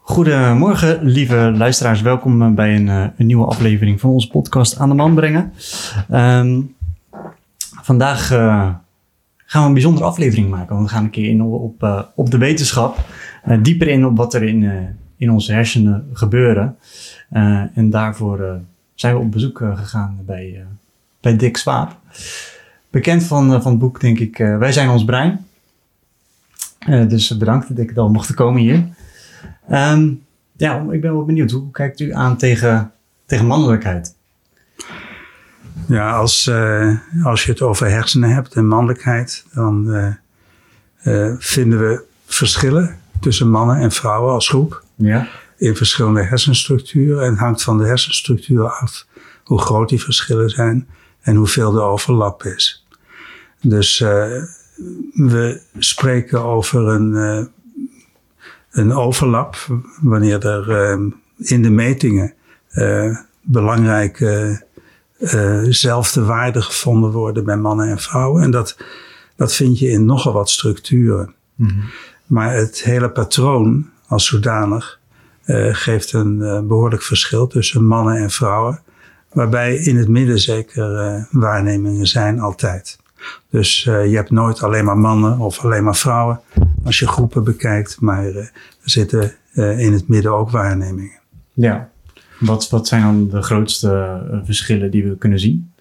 Goedemorgen, lieve luisteraars. Welkom bij een nieuwe aflevering van onze podcast Aan de Man Brengen. Vandaag gaan we een bijzondere aflevering maken. Want we gaan een keer in op de wetenschap. Dieper in op wat er in onze hersenen gebeuren. En daarvoor zijn we op bezoek gegaan bij Dick Swaap. Bekend van het boek, denk ik, Wij zijn ons brein. Dus bedankt dat ik dan mocht komen hier. Ik ben wel benieuwd. Hoe kijkt u aan tegen mannelijkheid? Ja, als je het over hersenen hebt en mannelijkheid, dan vinden we verschillen tussen mannen en vrouwen als groep. Ja. In verschillende hersenstructuren. En het hangt van de hersenstructuur af hoe groot die verschillen zijn en hoeveel de overlap is. Dus we spreken over een overlap wanneer er in de metingen belangrijke zelfde waarden gevonden worden bij mannen en vrouwen. En dat vind je in nogal wat structuren. Mm-hmm. Maar het hele patroon als zodanig geeft een behoorlijk verschil tussen mannen en vrouwen. Waarbij in het midden zeker waarnemingen zijn altijd. Dus je hebt nooit alleen maar mannen of alleen maar vrouwen als je groepen bekijkt. Maar er zitten in het midden ook waarnemingen. Ja, wat zijn dan de grootste verschillen die we kunnen zien?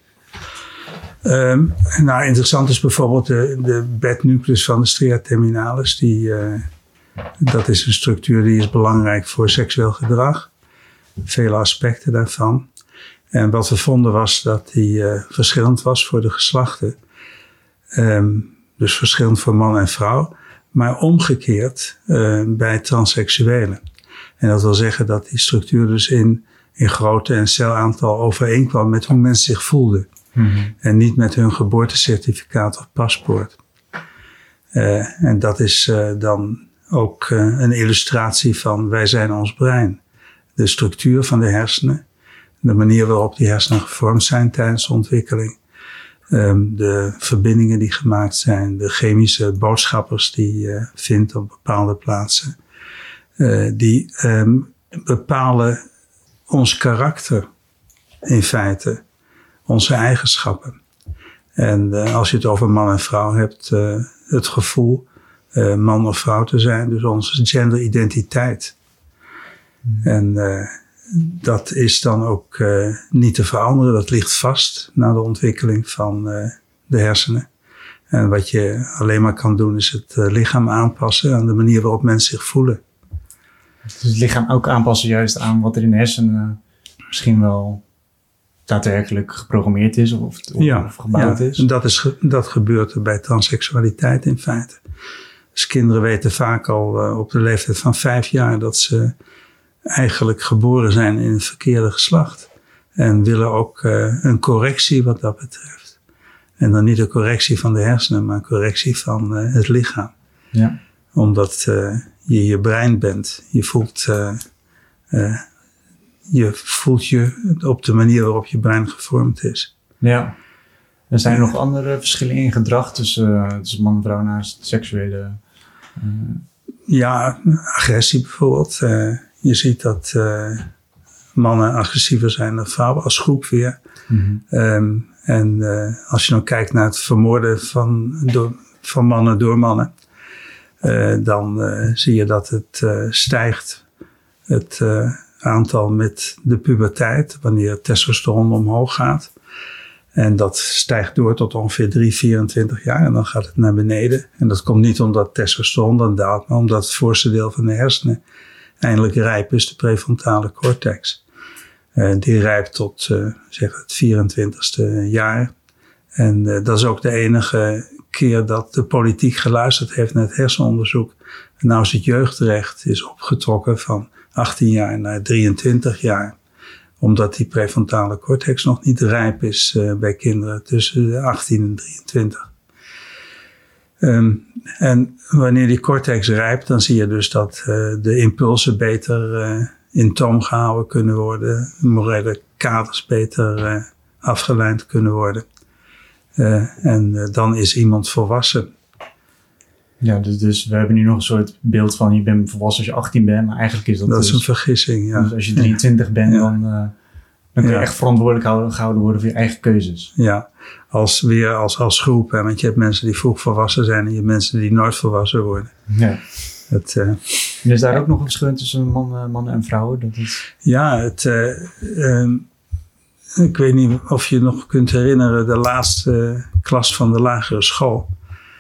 Interessant is bijvoorbeeld de bednucleus van de stria terminalis. Dat is een structuur die is belangrijk voor seksueel gedrag. Vele aspecten daarvan. En wat we vonden was dat die verschillend was voor de geslachten. Dus verschillend voor man en vrouw. Maar omgekeerd bij transseksuelen. En dat wil zeggen dat die structuur dus in grootte en celaantal overeenkwam met hoe mensen zich voelden. Mm-hmm. En niet met hun geboortecertificaat of paspoort. En dat is dan ook een illustratie van wij zijn ons brein. De structuur van de hersenen. De manier waarop die hersenen gevormd zijn tijdens de ontwikkeling. De verbindingen die gemaakt zijn. De chemische boodschappers die je vindt op bepaalde plaatsen. Die bepalen ons karakter in feite. Onze eigenschappen. En als je het over man en vrouw hebt. Het gevoel man of vrouw te zijn. Dus onze genderidentiteit. En dat is dan ook niet te veranderen. Dat ligt vast na de ontwikkeling van de hersenen. En wat je alleen maar kan doen is het lichaam aanpassen aan de manier waarop mensen zich voelen. Dus het lichaam ook aanpassen juist aan wat er in de hersenen misschien wel daadwerkelijk geprogrammeerd is of gebouwd is? Dat gebeurt er bij transseksualiteit in feite. Dus kinderen weten vaak al op de leeftijd van 5 jaar dat ze eigenlijk geboren zijn in het verkeerde geslacht. En willen ook een correctie wat dat betreft. En dan niet een correctie van de hersenen, maar een correctie van het lichaam. Ja. Omdat je je brein bent. Je voelt je op de manier waarop je brein gevormd is. Ja. Er zijn nog andere verschillen in gedrag tussen man en vrouw naast seksuele... Ja, agressie bijvoorbeeld. Je ziet dat mannen agressiever zijn dan vrouwen als groep weer. Mm-hmm. En als je dan kijkt naar het vermoorden van mannen door mannen. Dan zie je dat het stijgt. Het aantal met de puberteit. Wanneer testosteron omhoog gaat. En dat stijgt door tot ongeveer 24 jaar. En dan gaat het naar beneden. En dat komt niet omdat testosteron dan daalt. Maar omdat het voorste deel van de hersenen eindelijk rijp is. De prefrontale cortex. Die rijpt tot het 24ste jaar. En dat is ook de enige keer dat de politiek geluisterd heeft naar het hersenonderzoek. En nou is het jeugdrecht is opgetrokken van 18 jaar naar 23 jaar. Omdat die prefrontale cortex nog niet rijp is bij kinderen tussen de 18 en 23. En wanneer die cortex rijpt, dan zie je dus dat de impulsen beter in toom gehouden kunnen worden. Morele kaders beter afgeleid kunnen worden. En dan is iemand volwassen. Ja, dus we hebben nu nog een soort beeld van je bent volwassen als je 18 bent, maar eigenlijk is dat Dat dus, is een vergissing, ja. Dus als je 23 bent, dan kun je echt verantwoordelijk gehouden worden voor je eigen keuzes. Ja, als groep. Hè, want je hebt mensen die vroeg volwassen zijn en je hebt mensen die nooit volwassen worden. Ja. En is daar ook nog een verschil tussen mannen en vrouwen? Ja, ik weet niet of je nog kunt herinneren de laatste klas van de lagere school.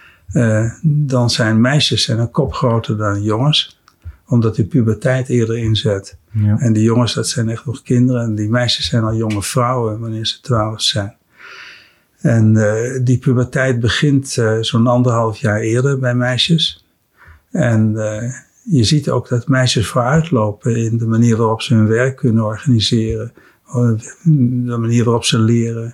Dan zijn meisjes een kop groter dan jongens. Omdat die puberteit eerder inzet. Ja. En die jongens, dat zijn echt nog kinderen. En die meisjes zijn al jonge vrouwen wanneer ze 12 zijn. En die puberteit begint zo'n 1,5 jaar eerder bij meisjes. En je ziet ook dat meisjes vooruitlopen in de manier waarop ze hun werk kunnen organiseren. De manier waarop ze leren.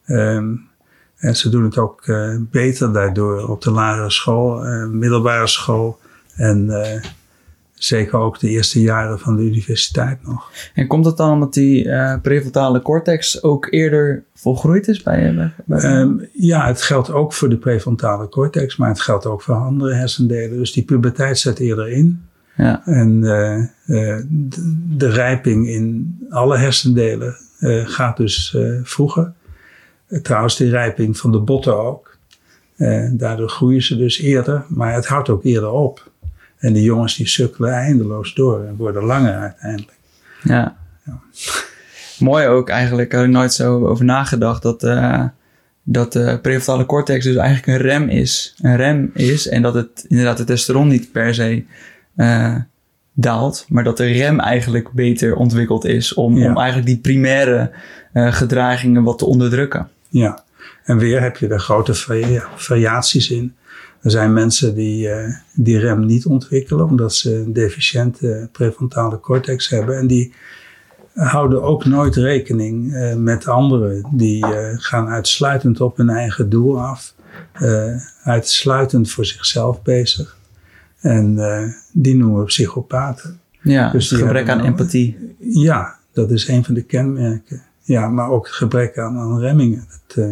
En ze doen het ook beter daardoor op de lagere school, middelbare school. En zeker ook de eerste jaren van de universiteit nog. En komt dat dan omdat die prefrontale cortex ook eerder volgroeid is bij ja, het geldt ook voor de prefrontale cortex, maar het geldt ook voor andere hersendelen. Dus die puberteit zet eerder in. Ja. En de rijping in alle hersendelen gaat dus vroeger. Trouwens, die rijping van de botten ook. Daardoor groeien ze dus eerder, maar het houdt ook eerder op. En die jongens die sukkelen eindeloos door en worden langer uiteindelijk. Ja. Mooi ook eigenlijk. Daar had ik nooit zo over nagedacht dat de prefrontale cortex dus eigenlijk een rem is en dat het inderdaad het testosteron niet per se daalt, maar dat de rem eigenlijk beter ontwikkeld is om eigenlijk die primaire gedragingen wat te onderdrukken. Ja, en weer heb je er grote variaties in. Er zijn mensen die rem niet ontwikkelen omdat ze een deficiënte prefrontale cortex hebben. En die houden ook nooit rekening met anderen. Die gaan uitsluitend op hun eigen doel af. Uitsluitend voor zichzelf bezig. En die noemen we psychopaten. Ja, dus gebrek aan empathie. Ja, dat is een van de kenmerken. Ja, maar ook het gebrek aan remmingen.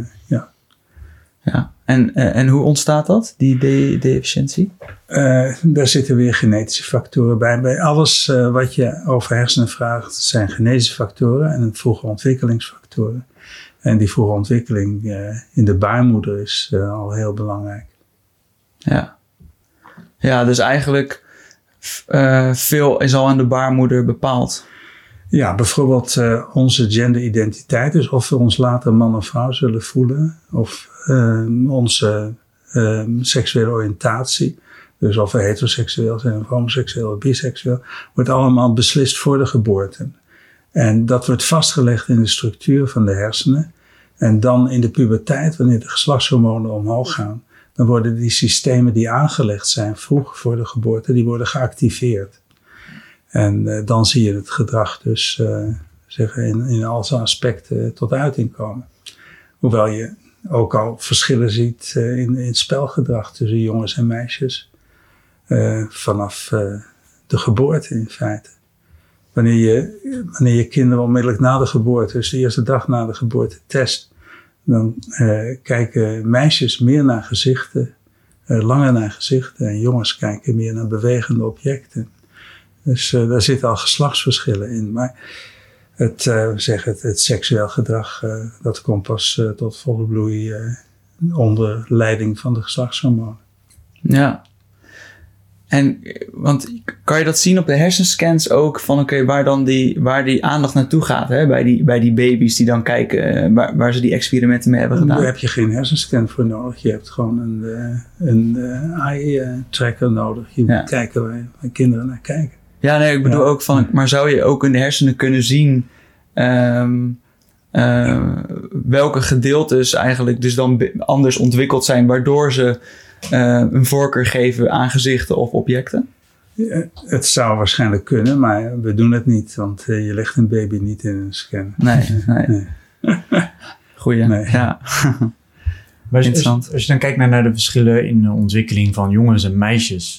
Ja. En hoe ontstaat dat, die deficiëntie? Daar zitten weer genetische factoren bij. Bij alles wat je over hersenen vraagt zijn genetische factoren en vroege ontwikkelingsfactoren. En die vroege ontwikkeling in de baarmoeder is al heel belangrijk. Ja, dus eigenlijk veel is al aan de baarmoeder bepaald. Ja, bijvoorbeeld onze genderidentiteit, dus of we ons later man of vrouw zullen voelen, of onze seksuele oriëntatie, dus of we heteroseksueel zijn of homoseksueel of biseksueel, wordt allemaal beslist voor de geboorte. En dat wordt vastgelegd in de structuur van de hersenen. En dan in de puberteit, wanneer de geslachtshormonen omhoog gaan, dan worden die systemen die aangelegd zijn vroeg voor de geboorte, die worden geactiveerd. En dan zie je het gedrag dus in al zijn aspecten tot uiting komen. Hoewel je ook al verschillen ziet in het spelgedrag tussen jongens en meisjes. Vanaf de geboorte in feite. Wanneer je kinderen onmiddellijk na de geboorte, dus de eerste dag na de geboorte test, dan kijken meisjes meer naar gezichten, langer naar gezichten. En jongens kijken meer naar bewegende objecten. Dus daar zitten al geslachtsverschillen in. Maar het seksueel gedrag, dat komt pas tot volle bloei onder leiding van de geslachtshormonen. Ja. En, want kan je dat zien op de hersenscans ook van waar die aandacht naartoe gaat, hè? Bij die baby's die dan kijken waar ze die experimenten mee hebben gedaan? Daar heb je geen hersenscan voor nodig. Je hebt gewoon een eye tracker nodig. Je moet kijken waar kinderen naar kijken. Ja, nee, ik bedoel ook van, maar zou je ook in de hersenen kunnen zien welke gedeeltes eigenlijk dus dan anders ontwikkeld zijn, waardoor ze een voorkeur geven aan gezichten of objecten? Het zou waarschijnlijk kunnen, maar we doen het niet, want je legt een baby niet in een scan. Nee. Goeie, nee. Ja. Maar als je dan kijkt naar de verschillen in de ontwikkeling van jongens en meisjes,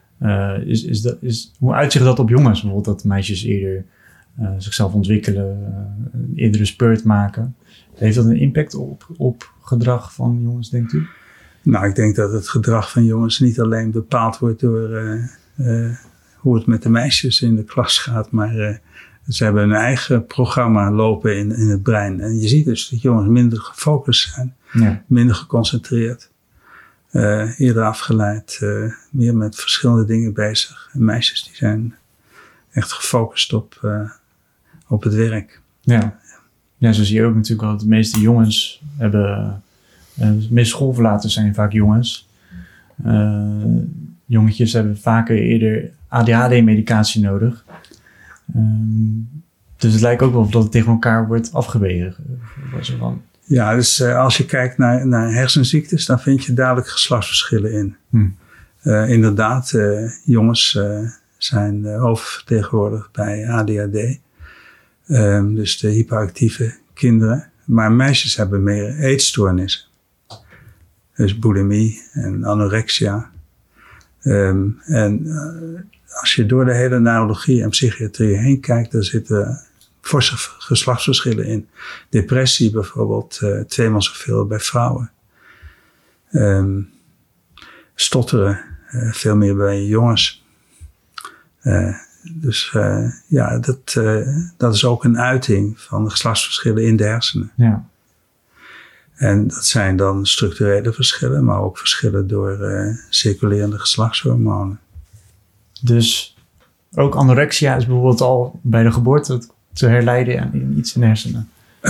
hoe uitzicht dat op jongens? Bijvoorbeeld dat meisjes eerder zichzelf ontwikkelen, eerder een spurt maken. Heeft dat een impact op gedrag van jongens, denkt u? Nou, ik denk dat het gedrag van jongens niet alleen bepaald wordt door hoe het met de meisjes in de klas gaat, maar ze hebben hun eigen programma lopen in het brein. En je ziet dus dat jongens minder gefocust zijn, minder geconcentreerd, eerder afgeleid, meer met verschillende dingen bezig. En meisjes die zijn echt gefocust op het werk. Ja, zo zie je ook natuurlijk wel dat de meeste jongens hebben... de meeste schoolverlaters zijn vaak jongens. Jongetjes hebben vaker eerder ADHD-medicatie nodig. Dus het lijkt ook wel of dat het tegen elkaar wordt afgewegen. Ja, dus als je kijkt naar hersenziektes, dan vind je dadelijk geslachtsverschillen in. Inderdaad, jongens zijn oververtegenwoordigd bij ADHD. Dus de hyperactieve kinderen. Maar meisjes hebben meer eetstoornissen. Dus bulimie en anorexia. Als je door de hele neurologie en psychiatrie heen kijkt, dan zitten forse geslachtsverschillen in. Depressie bijvoorbeeld, 2 maal zoveel bij vrouwen. Stotteren, veel meer bij jongens. Dat is ook een uiting van de geslachtsverschillen in de hersenen. Ja. En dat zijn dan structurele verschillen, maar ook verschillen door circulerende geslachtshormonen. Dus ook anorexia is bijvoorbeeld al bij de geboorte te herleiden aan iets in de hersenen?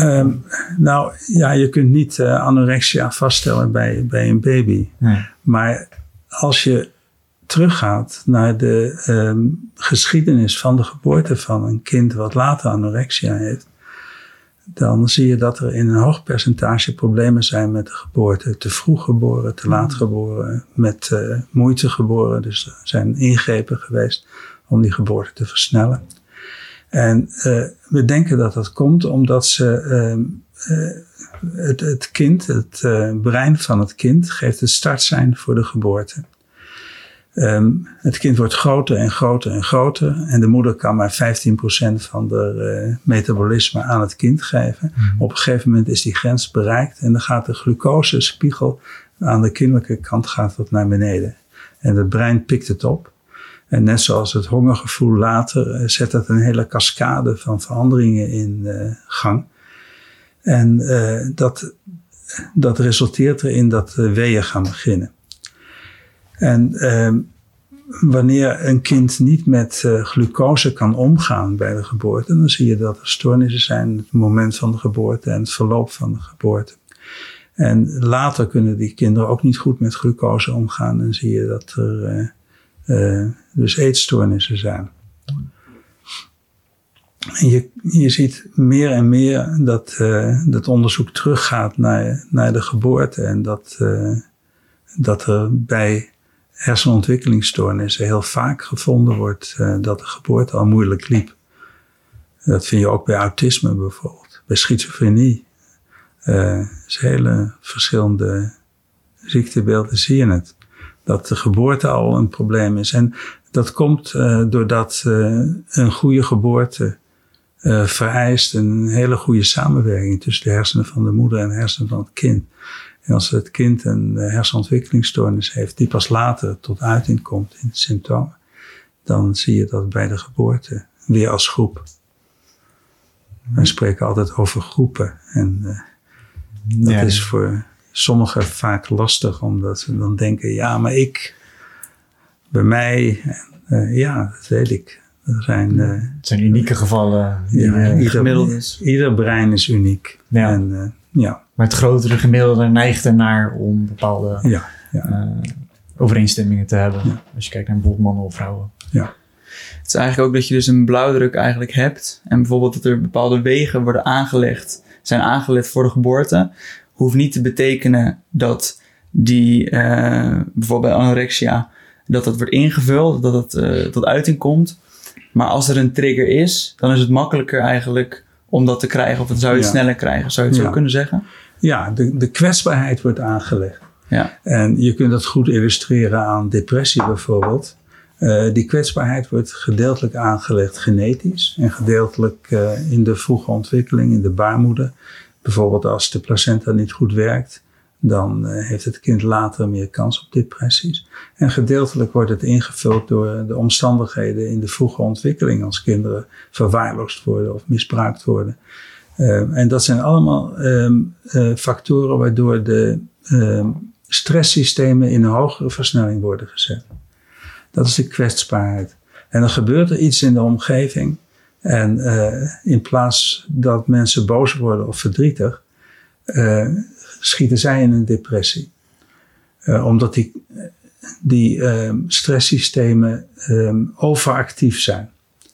Je kunt niet anorexia vaststellen bij een baby. Nee. Maar als je teruggaat naar de geschiedenis van de geboorte van een kind wat later anorexia heeft, dan zie je dat er in een hoog percentage problemen zijn met de geboorte. Te vroeg geboren, te laat geboren, met moeite geboren. Dus er zijn ingrepen geweest om die geboorte te versnellen. En we denken dat dat komt omdat ze het kind, het brein van het kind, geeft het startsein voor de geboorte. Het kind wordt groter en groter en groter. En de moeder kan maar 15% van de metabolisme aan het kind geven. Op een gegeven moment is die grens bereikt. En dan gaat de glucosespiegel aan de kinderlijke kant gaat wat naar beneden. En het brein pikt het op. En net zoals het hongergevoel later zet dat een hele cascade van veranderingen in gang. En dat resulteert erin dat weeën gaan beginnen. En wanneer een kind niet met glucose kan omgaan bij de geboorte, dan zie je dat er stoornissen zijn in het moment van de geboorte en het verloop van de geboorte. En later kunnen die kinderen ook niet goed met glucose omgaan en zie je dat er dus eetstoornissen zijn. En je ziet meer en meer dat onderzoek teruggaat naar de geboorte en dat er bij hersenontwikkelingsstoornissen heel vaak gevonden wordt dat de geboorte al moeilijk liep. Dat vind je ook bij autisme bijvoorbeeld. Bij schizofrenie. Dus hele verschillende ziektebeelden zie je het. Dat de geboorte al een probleem is. En dat komt doordat een goede geboorte vereist een hele goede samenwerking tussen de hersenen van de moeder en de hersenen van het kind. En als het kind een hersenontwikkelingsstoornis heeft die pas later tot uiting komt in symptomen, dan zie je dat bij de geboorte weer als groep. We spreken altijd over groepen. En dat is voor sommigen vaak lastig, omdat ze dan denken, ja, maar bij mij, dat weet ik. Het zijn unieke gevallen. Ieder brein is uniek. Ja. En, maar het grotere gemiddelde neigt ernaar om bepaalde overeenstemmingen te hebben. Ja. Als je kijkt naar bijvoorbeeld mannen of vrouwen. Ja. Het is eigenlijk ook dat je dus een blauwdruk eigenlijk hebt. En bijvoorbeeld dat er bepaalde wegen worden zijn aangelegd voor de geboorte. Hoeft niet te betekenen dat die, bijvoorbeeld bij anorexia, dat wordt ingevuld, dat het tot uiting komt. Maar als er een trigger is, dan is het makkelijker eigenlijk om dat te krijgen. Of dan zou je het sneller krijgen. Zou je het zo kunnen zeggen? Ja, de kwetsbaarheid wordt aangelegd. Ja. En je kunt dat goed illustreren aan depressie bijvoorbeeld. Die kwetsbaarheid wordt gedeeltelijk aangelegd genetisch. En gedeeltelijk in de vroege ontwikkeling in de baarmoeder. Bijvoorbeeld als de placenta niet goed werkt. dan heeft het kind later meer kans op depressies. En gedeeltelijk wordt het ingevuld door de omstandigheden in de vroege ontwikkeling als kinderen verwaarloosd worden of misbruikt worden. En dat zijn allemaal factoren waardoor de stresssystemen in een hogere versnelling worden gezet. Dat is de kwetsbaarheid. En dan gebeurt er iets in de omgeving. En in plaats dat mensen boos worden of verdrietig, schieten zij in een depressie. Omdat die stresssystemen overactief zijn.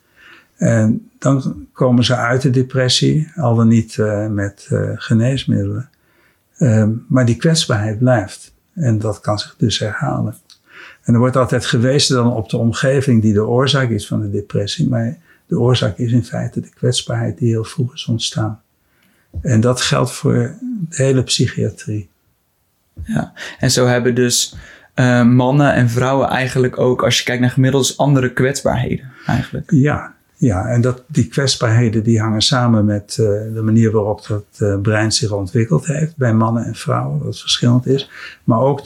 En dan komen ze uit de depressie, al dan niet met geneesmiddelen. Maar die kwetsbaarheid blijft. En dat kan zich dus herhalen. En er wordt altijd gewezen dan op de omgeving die de oorzaak is van de depressie. Maar de oorzaak is in feite de kwetsbaarheid die heel vroeg is ontstaan. En dat geldt voor de hele psychiatrie. Ja, en zo hebben dus mannen en vrouwen eigenlijk ook, als je kijkt naar gemiddeld, andere kwetsbaarheden eigenlijk. Ja, en die kwetsbaarheden die hangen samen met de manier waarop het brein zich ontwikkeld heeft bij mannen en vrouwen, wat verschillend is. Maar ook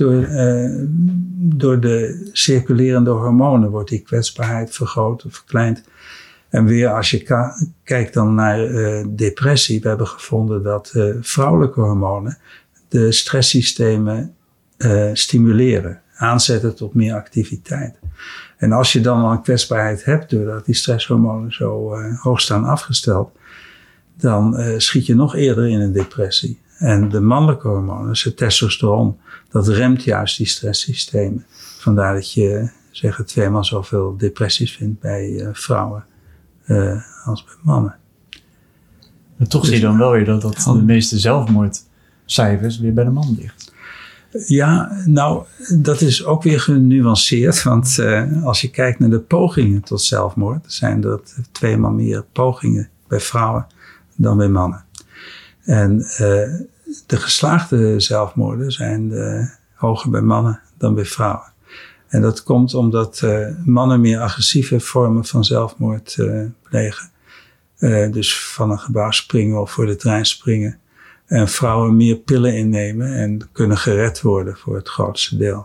door de circulerende hormonen wordt die kwetsbaarheid vergroot of verkleind. En weer als je kijkt dan naar depressie, we hebben gevonden dat vrouwelijke hormonen de stresssystemen stimuleren, aanzetten tot meer activiteit. En als je dan al een kwetsbaarheid hebt, doordat die stresshormonen zo hoog staan afgesteld, dan schiet je nog eerder in een depressie. En de mannelijke hormonen, dus het testosteron, dat remt juist die stresssystemen. Vandaar dat je, zeggen, 2 maal zoveel depressies vindt bij vrouwen als bij mannen. Maar toch zie je dan wel weer dat de meeste zelfmoordcijfers weer bij de man ligt. Ja, nou, dat is ook weer genuanceerd. Want als je kijkt naar de pogingen tot zelfmoord, zijn er 2 maal meer pogingen bij vrouwen dan bij mannen. En de geslaagde zelfmoorden zijn hoger bij mannen dan bij vrouwen. En dat komt omdat mannen meer agressieve vormen van zelfmoord plegen. Dus van een gebouw springen of voor de trein springen. En vrouwen meer pillen innemen en kunnen gered worden voor het grootste deel.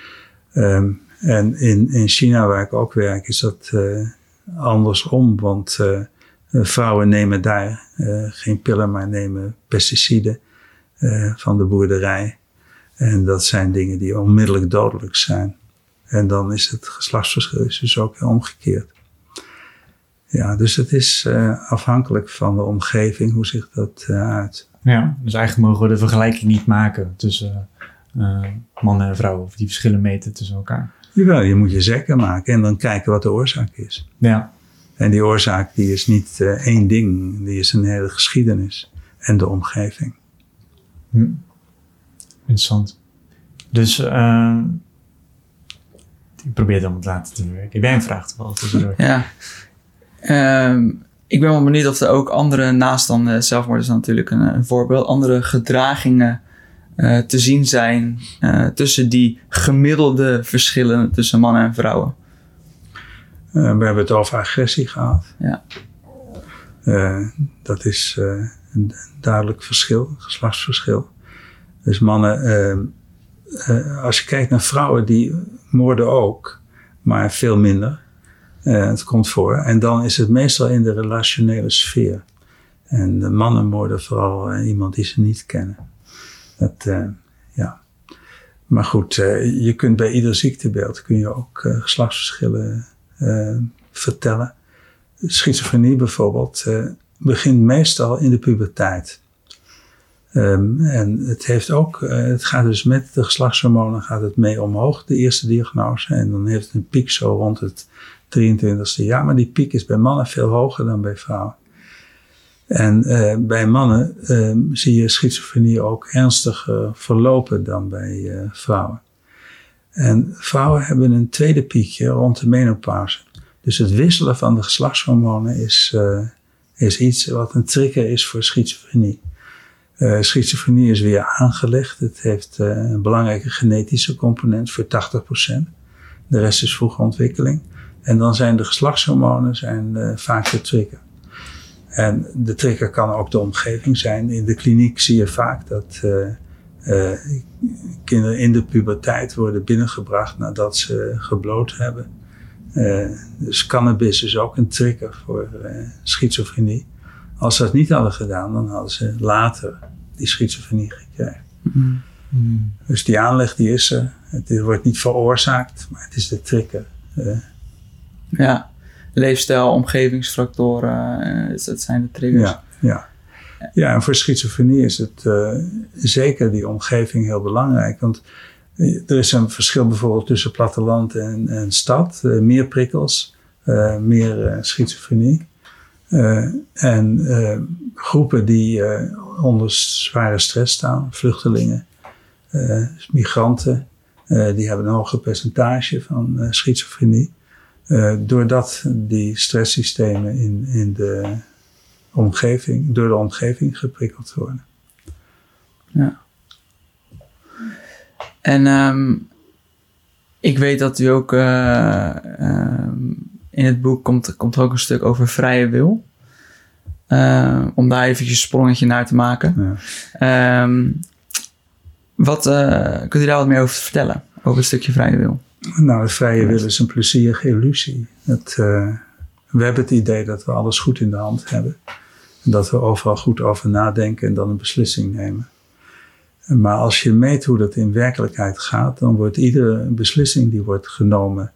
En in China, waar ik ook werk, is dat andersom. Want vrouwen nemen daar geen pillen, maar nemen pesticiden van de boerderij. En dat zijn dingen die onmiddellijk dodelijk zijn. En dan is het geslachtsverschil dus ook weer omgekeerd. Ja, dus het is afhankelijk van de omgeving hoe zich dat uit. Ja, dus eigenlijk mogen we de vergelijking niet maken tussen mannen en vrouwen. Of die verschillen meten tussen elkaar. Jawel, je moet je zeker maken en dan kijken wat de oorzaak is. Ja. En die oorzaak die is niet één ding. Die is een hele geschiedenis. En de omgeving. Interessant. Dus ik probeer het allemaal te laten te werken. Heb jij een vraag tussendoor? Ja. Ik ben wel benieuwd of er ook andere, naast dan zelfmoord is natuurlijk een voorbeeld, andere gedragingen te zien zijn tussen die gemiddelde verschillen tussen mannen en vrouwen. We hebben het over agressie gehad. Ja. Dat is een duidelijk verschil, geslachtsverschil. Dus mannen, als je kijkt naar vrouwen, die moorden ook, maar veel minder. Het komt voor. En dan is het meestal in de relationele sfeer. En de mannen moorden vooral iemand die ze niet kennen. Ja. Maar goed, je kunt bij ieder ziektebeeld kun je ook geslachtsverschillen vertellen. Schizofrenie bijvoorbeeld begint meestal in de puberteit. En het gaat dus met de geslachtshormonen gaat het mee omhoog, de eerste diagnose. En dan heeft het een piek zo rond het 23e jaar. Maar die piek is bij mannen veel hoger dan bij vrouwen. En bij mannen zie je schizofrenie ook ernstiger verlopen dan bij vrouwen. En vrouwen hebben een tweede piekje rond de menopauze. Dus het wisselen van de geslachtshormonen is iets wat een trigger is voor schizofrenie. Schizofrenie is weer aangelegd. Het heeft een belangrijke genetische component voor 80%. De rest is vroege ontwikkeling. En dan zijn de geslachtshormonen vaak de trigger. En de trigger kan ook de omgeving zijn. In de kliniek zie je vaak dat Kinderen in de puberteit worden binnengebracht nadat ze gebloot hebben. Dus cannabis is ook een trigger voor schizofrenie. Als ze dat niet hadden gedaan, dan hadden ze later die schizofrenie gekregen. Dus die aanleg die is er. Het wordt niet veroorzaakt, maar het is de trigger. Ja, leefstijl, omgevingsfactoren, dat zijn de triggers. Ja, en voor schizofrenie is het zeker die omgeving heel belangrijk. Want er is een verschil bijvoorbeeld tussen platteland en stad. Meer prikkels, meer schizofrenie. En groepen die onder zware stress staan, vluchtelingen, migranten, die hebben een hoger percentage van schizofrenie. Doordat die stresssystemen in de omgeving, door de omgeving geprikkeld worden. Ja. En ik weet dat u ook in het boek komt er ook een stuk over vrije wil. Om daar eventjes een sprongetje naar te maken. Ja. Kunt u daar wat meer over vertellen? Over het stukje vrije wil? Nou, de vrije wil is een plezierige illusie. We hebben het idee dat we alles goed in de hand hebben. En dat we overal goed over nadenken en dan een beslissing nemen. Maar als je meet hoe dat in werkelijkheid gaat, dan wordt iedere beslissing die wordt genomen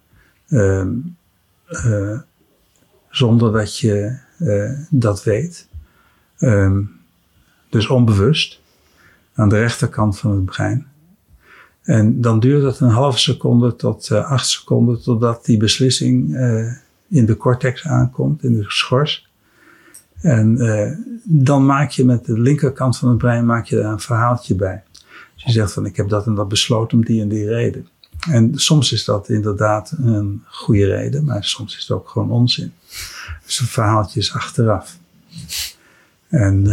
zonder dat je dat weet. Dus onbewust, aan de rechterkant van het brein. En dan duurt het een halve seconde tot 8 seconden totdat die beslissing in de cortex aankomt, in de schors. En dan maak je met de linkerkant van het brein daar een verhaaltje bij. Dus je zegt van ik heb dat en dat besloten om die en die reden. En soms is dat inderdaad een goede reden, maar soms is het ook gewoon onzin. Dus een verhaaltje is achteraf. En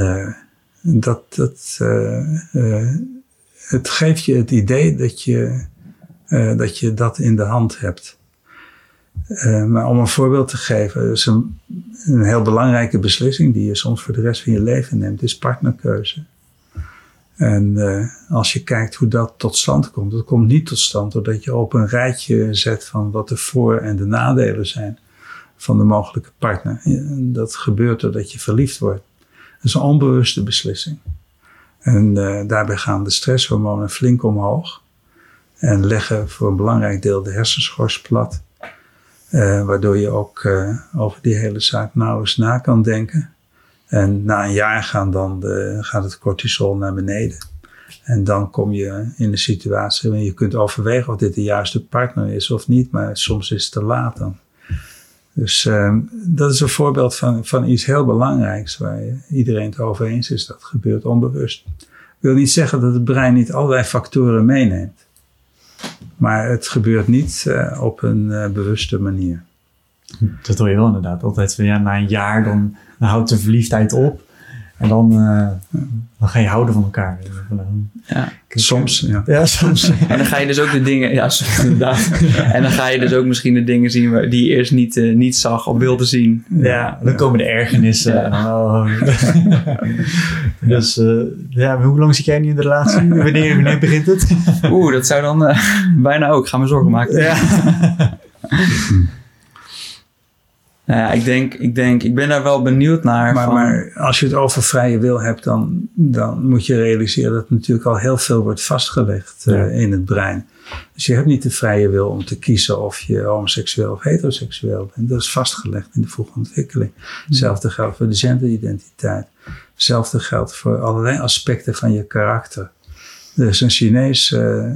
het geeft je het idee dat je dat in de hand hebt. Maar om een voorbeeld te geven, dus een heel belangrijke beslissing die je soms voor de rest van je leven neemt, is partnerkeuze. En als je kijkt hoe dat tot stand komt, dat komt niet tot stand doordat je op een rijtje zet van wat de voor- en de nadelen zijn van de mogelijke partner. En dat gebeurt doordat je verliefd wordt. Dat is een onbewuste beslissing. En daarbij gaan de stresshormonen flink omhoog en leggen voor een belangrijk deel de hersenschors plat. Waardoor je ook over die hele zaak nauwelijks na kan denken. En na een jaar gaat het cortisol naar beneden. En dan kom je in een situatie waarin je kunt overwegen of dit de juiste partner is of niet. Maar soms is het te laat dan. Dus dat is een voorbeeld van iets heel belangrijks waar iedereen het over eens is. Dat gebeurt onbewust. Ik wil niet zeggen dat het brein niet allerlei factoren meeneemt. Maar het gebeurt niet op een bewuste manier. Dat hoor je wel inderdaad. Altijd van, na een jaar dan houdt de verliefdheid op. En dan ga je houden van elkaar. Ja. Soms, ja. Ja, soms. En dan ga je dus ook de dingen... Ja, inderdaad. En dan ga je dus ook misschien de dingen zien die je eerst niet zag of wilde zien. Ja, dan komen de ergernissen. Ja. Dus hoe lang zit jij nu in de relatie? Wanneer begint het? Dat zou dan bijna ook. Ga me zorgen maken. Ja. Ja, ik ben daar wel benieuwd naar. Maar als je het over vrije wil hebt, dan moet je realiseren dat natuurlijk al heel veel wordt vastgelegd in het brein. Dus je hebt niet de vrije wil om te kiezen of je homoseksueel of heteroseksueel bent. Dat is vastgelegd in de vroege ontwikkeling. Hetzelfde geldt voor de genderidentiteit. Hetzelfde geldt voor allerlei aspecten van je karakter. Er is een Chinees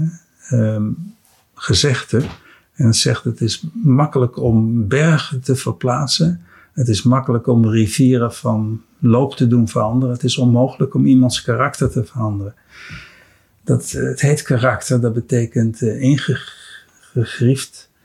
gezegde. En het zegt, het is makkelijk om bergen te verplaatsen. Het is makkelijk om rivieren van loop te doen veranderen. Het is onmogelijk om iemands karakter te veranderen. Het heet karakter, dat betekent ingegrift.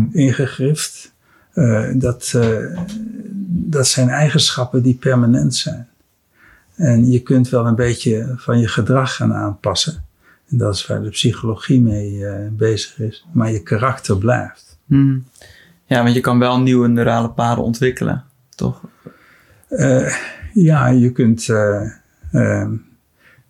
Dat zijn eigenschappen die permanent zijn. En je kunt wel een beetje van je gedrag gaan aanpassen. En dat is waar de psychologie mee bezig is. Maar je karakter blijft. Ja, want je kan wel nieuwe neurale paden ontwikkelen, toch? Ja, je kunt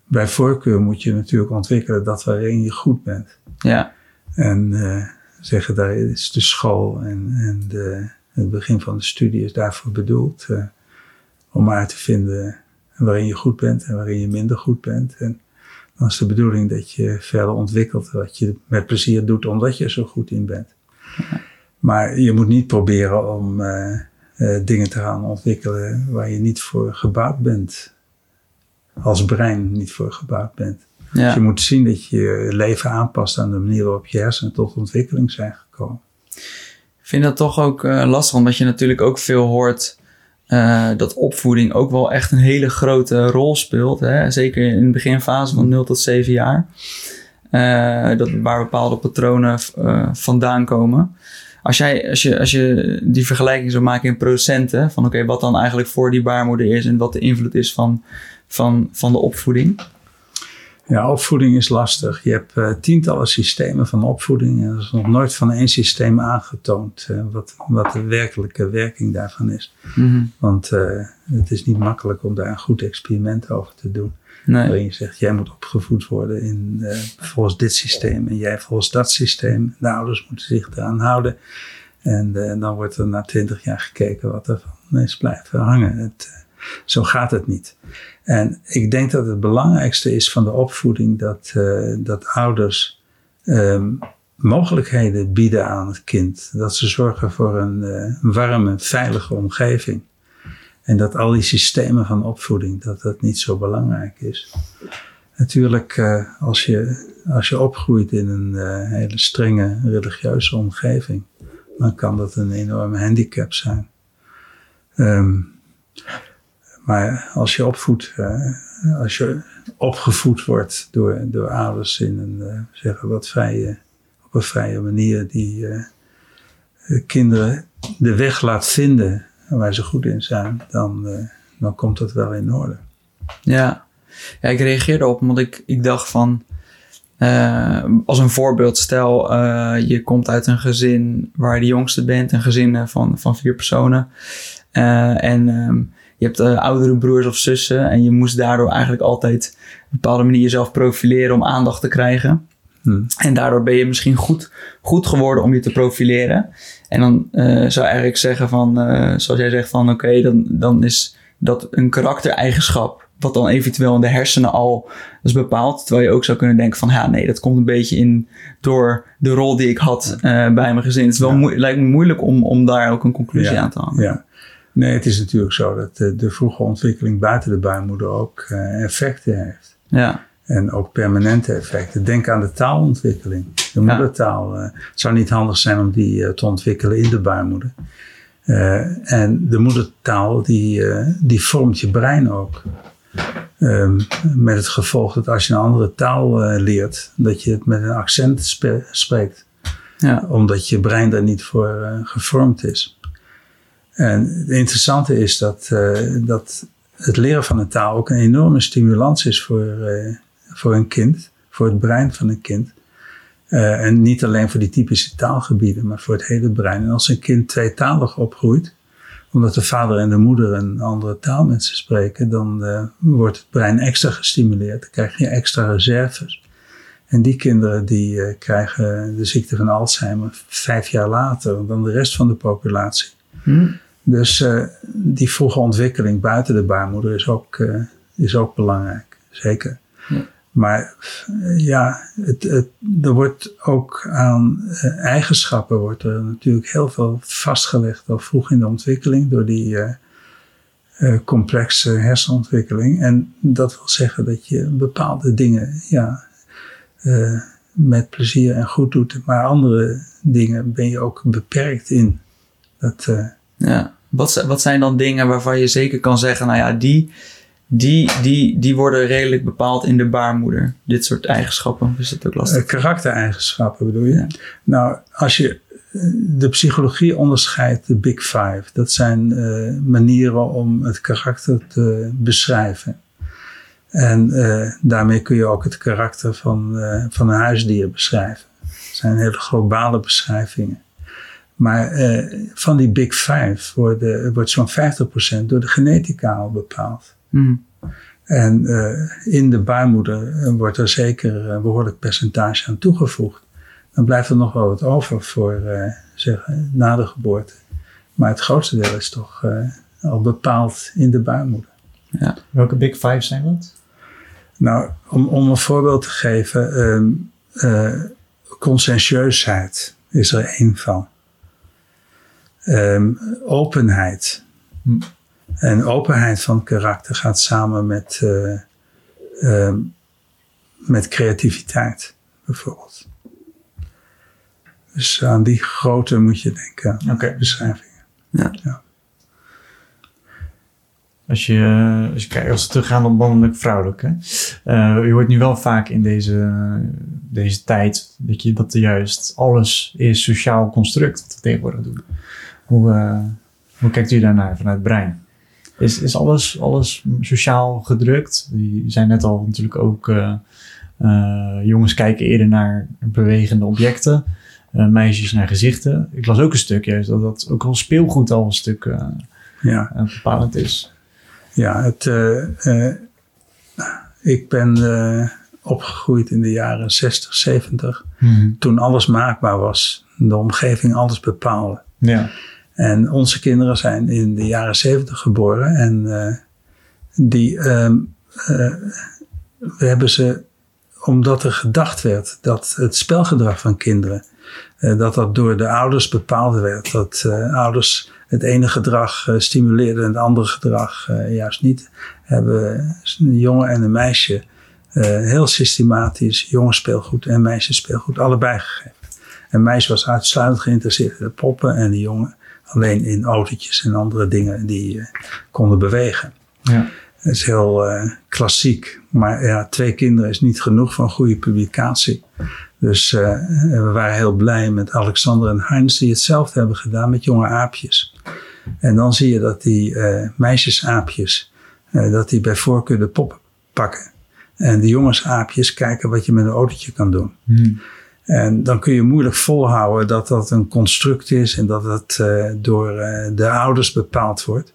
bij voorkeur moet je natuurlijk ontwikkelen dat waarin je goed bent. Ja. En zeggen, daar is de school en het begin van de studie is daarvoor bedoeld. Om uit te vinden waarin je goed bent en waarin je minder goed bent. En dan is de bedoeling dat je verder ontwikkelt wat je met plezier doet omdat je er zo goed in bent. Ja. Maar je moet niet proberen om dingen te gaan ontwikkelen waar je niet voor gebouwd bent. Als brein niet voor gebouwd bent. Ja. Dus je moet zien dat je je leven aanpast aan de manier waarop je hersenen tot ontwikkeling zijn gekomen. Ik vind dat toch ook lastig, omdat je natuurlijk ook veel hoort dat opvoeding ook wel echt een hele grote rol speelt. Hè? Zeker in de beginfase van 0 tot 7 jaar. Waar bepaalde patronen vandaan komen. Als je die vergelijking zou maken in procenten, van oké, wat dan eigenlijk voor die baarmoeder is en wat de invloed is van de opvoeding. Ja, opvoeding is lastig. Je hebt tientallen systemen van opvoeding en er is nog nooit van één systeem aangetoond wat de werkelijke werking daarvan is. Mm-hmm. Want het is niet makkelijk om daar een goed experiment over te doen. Nee. Waarin je zegt, jij moet opgevoed worden volgens dit systeem en jij volgens dat systeem. De ouders moeten zich eraan houden. En dan wordt er na 20 jaar gekeken wat er van is blijven hangen. Zo gaat het niet. En ik denk dat het belangrijkste is van de opvoeding dat ouders mogelijkheden bieden aan het kind. Dat ze zorgen voor een warme, veilige omgeving. En dat al die systemen van opvoeding, dat niet zo belangrijk is. Natuurlijk, als je opgroeit in een hele strenge religieuze omgeving, dan kan dat een enorme handicap zijn. Maar als je opgevoed wordt door ouders in een op een vrije manier die kinderen de weg laat vinden waar ze goed in zijn, dan komt dat wel in orde. Ja, ik reageerde op omdat ik dacht van, als een voorbeeld, stel je komt uit een gezin waar je de jongste bent, een gezin van 4 personen. Je hebt oudere broers of zussen en je moest daardoor eigenlijk altijd op een bepaalde manier jezelf profileren om aandacht te krijgen. En daardoor ben je misschien goed geworden om je te profileren. En dan zou eigenlijk zeggen van, zoals jij zegt van oké, dan is dat een karaktereigenschap wat dan eventueel in de hersenen al is bepaald. Terwijl je ook zou kunnen denken van ja, nee, dat komt een beetje door de rol die ik had bij mijn gezin. Het is wel lijkt me moeilijk om daar ook een conclusie aan te hangen. Ja. Nee, het is natuurlijk zo dat de vroege ontwikkeling buiten de baarmoeder ook effecten heeft. Ja. En ook permanente effecten. Denk aan de taalontwikkeling. De moedertaal. Het zou niet handig zijn om die te ontwikkelen in de baarmoeder. En de moedertaal die vormt je brein ook. Met het gevolg dat als je een andere taal leert, dat je het met een accent spreekt. Ja. Omdat je brein daar niet voor gevormd is. En het interessante is dat het leren van een taal ook een enorme stimulans is voor een kind, voor het brein van een kind. En niet alleen voor die typische taalgebieden, maar voor het hele brein. En als een kind tweetalig opgroeit, omdat de vader en de moeder een andere taal met ze spreken, dan wordt het brein extra gestimuleerd. Dan krijg je extra reserves. En die kinderen die krijgen de ziekte van Alzheimer 5 jaar later dan de rest van de populatie. Dus die vroege ontwikkeling buiten de baarmoeder is ook belangrijk, zeker. Ja. Maar er wordt ook aan eigenschappen wordt er natuurlijk heel veel vastgelegd al vroeg in de ontwikkeling door die complexe hersenontwikkeling. En dat wil zeggen dat je bepaalde dingen met plezier en goed doet, maar andere dingen ben je ook beperkt in. Wat zijn dan dingen waarvan je zeker kan zeggen, nou ja, die worden redelijk bepaald in de baarmoeder. Dit soort eigenschappen, is dat ook lastig? Karaktereigenschappen bedoel je? Ja. Nou, als je de psychologie onderscheidt de Big Five. Dat zijn manieren om het karakter te beschrijven. En daarmee kun je ook het karakter van een huisdier beschrijven. Het zijn hele globale beschrijvingen. Maar van die Big Five wordt zo'n 50% door de genetica al bepaald. En in de baarmoeder wordt er zeker een behoorlijk percentage aan toegevoegd. Dan blijft er nog wel wat over voor na de geboorte. Maar het grootste deel is toch al bepaald in de baarmoeder. Ja. Welke Big Five zijn dat? Nou, om een voorbeeld te geven. Conscientieusheid is er één van. Openheid. En openheid van karakter gaat samen met creativiteit, bijvoorbeeld. Dus aan die grootte moet je denken aan beschrijvingen. Ja. Als je kijkt, als we teruggaan op mannelijk-vrouwelijk. Je hoort nu wel vaak in deze tijd dat er juist alles is sociaal construct wat we tegenwoordig doen. Hoe kijkt u daarnaar vanuit het brein? Is alles sociaal gedrukt? Je zei net al natuurlijk ook, jongens kijken eerder naar bewegende objecten. Meisjes naar gezichten. Ik las ook een stuk juist dat ook al speelgoed al een stuk bepalend is. Ja, ik ben opgegroeid in de jaren 60, 70. Toen alles maakbaar was. De omgeving alles bepaalde. Ja. En onze kinderen zijn in de jaren 70 geboren. En we hebben ze, omdat er gedacht werd dat het spelgedrag van kinderen, dat door de ouders bepaald werd. Dat ouders het ene gedrag stimuleerden en het andere gedrag juist niet. Hebben een jongen en een meisje heel systematisch jongensspeelgoed en meisjesspeelgoed allebei gegeven. Een meisje was uitsluitend geïnteresseerd in de poppen en de jongen alleen in autootjes en andere dingen die konden bewegen. Ja. Dat is heel klassiek. Maar ja, 2 kinderen is niet genoeg voor een goede publicatie. Dus we waren heel blij met Alexander en Heinz die hetzelfde hebben gedaan met jonge aapjes. En dan zie je dat die meisjesaapjes, dat die bij voorkeur de poppen pakken. En de jongensaapjes kijken wat je met een autootje kan doen. En dan kun je moeilijk volhouden dat dat een construct is en dat het door de ouders bepaald wordt.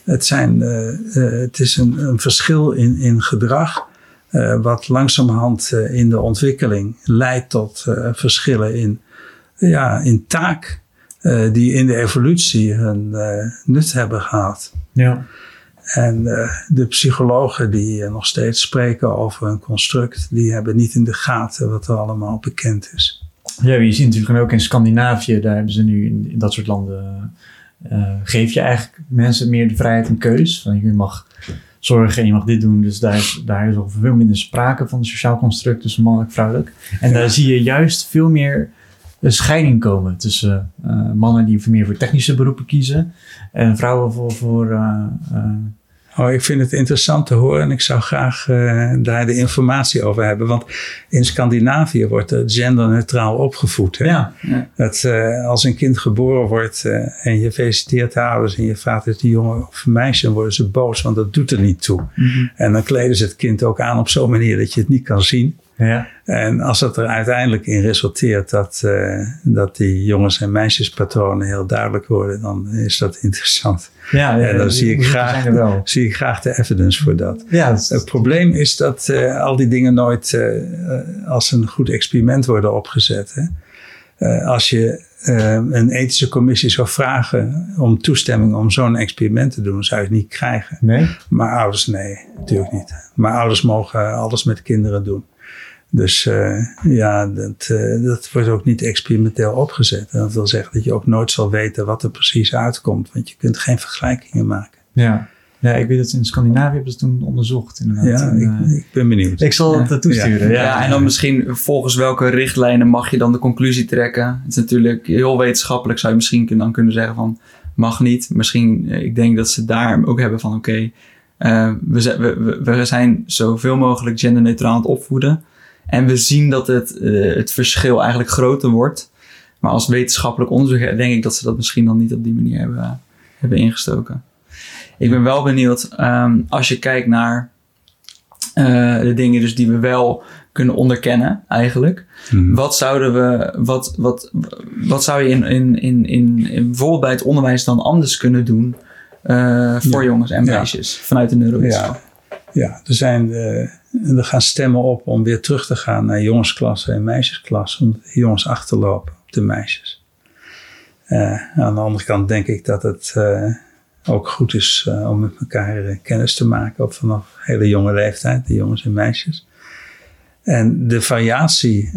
Het is een verschil in gedrag wat langzamerhand in de ontwikkeling leidt tot verschillen in taak die in de evolutie hun nut hebben gehad. Ja. En de psychologen die nog steeds spreken over een construct, die hebben niet in de gaten wat er allemaal bekend is. Ja, je ziet natuurlijk ook in Scandinavië, daar hebben ze nu in dat soort landen, geef je eigenlijk mensen meer de vrijheid en keus. Van je mag zorgen en je mag dit doen. Dus daar is al veel minder sprake van een sociaal construct tussen mannelijk en vrouwelijk. En daar zie je juist veel meer een scheiding komen tussen mannen die meer voor technische beroepen kiezen en vrouwen voor ik vind het interessant te horen en ik zou graag daar de informatie over hebben. Want in Scandinavië wordt er genderneutraal opgevoed. Hè? Ja. Dat als een kind geboren wordt en je feliciteert de ouders en je vraagt is die jongen of een meisje, dan worden ze boos, want dat doet er niet toe. Mm-hmm. En dan kleden ze het kind ook aan op zo'n manier dat je het niet kan zien. Ja. En als het er uiteindelijk in resulteert dat die jongens- en meisjespatronen heel duidelijk worden, dan is dat interessant. Ja, en dan zie ik graag de evidence voor dat. Ja, het probleem is dat al die dingen nooit als een goed experiment worden opgezet. Hè? Als je een ethische commissie zou vragen om toestemming om zo'n experiment te doen, zou je het niet krijgen. Nee? Maar ouders, nee, natuurlijk niet. Maar ouders mogen alles met kinderen doen. Dus dat wordt ook niet experimenteel opgezet. En dat wil zeggen dat je ook nooit zal weten wat er precies uitkomt. Want je kunt geen vergelijkingen maken. Ja, ik weet dat in Scandinavië hebben ze toen onderzocht. Inderdaad. Ja, ik ben benieuwd. Ik zal het toesturen. Ja, en dan misschien volgens welke richtlijnen mag je dan de conclusie trekken. Het is natuurlijk heel wetenschappelijk. Zou je misschien dan kunnen zeggen van mag niet. Misschien, ik denk dat ze daar ook hebben van oké, we zijn zoveel mogelijk genderneutraal aan het opvoeden. En we zien dat het verschil eigenlijk groter wordt. Maar als wetenschappelijk onderzoek denk ik dat ze dat misschien dan niet op die manier hebben ingestoken. Ik ben wel benieuwd, als je kijkt naar de dingen dus die we wel kunnen onderkennen eigenlijk. Mm-hmm. Wat zou je in bijvoorbeeld bij het onderwijs dan anders kunnen doen voor jongens en meisjes vanuit de neurowetenschap? Ja, er gaan stemmen op om weer terug te gaan naar jongensklassen en meisjesklassen. Omdat de jongens achterlopen op de meisjes. Aan de andere kant denk ik dat het ook goed is om met elkaar kennis te maken. Ook vanaf hele jonge leeftijd, de jongens en meisjes. En de variatie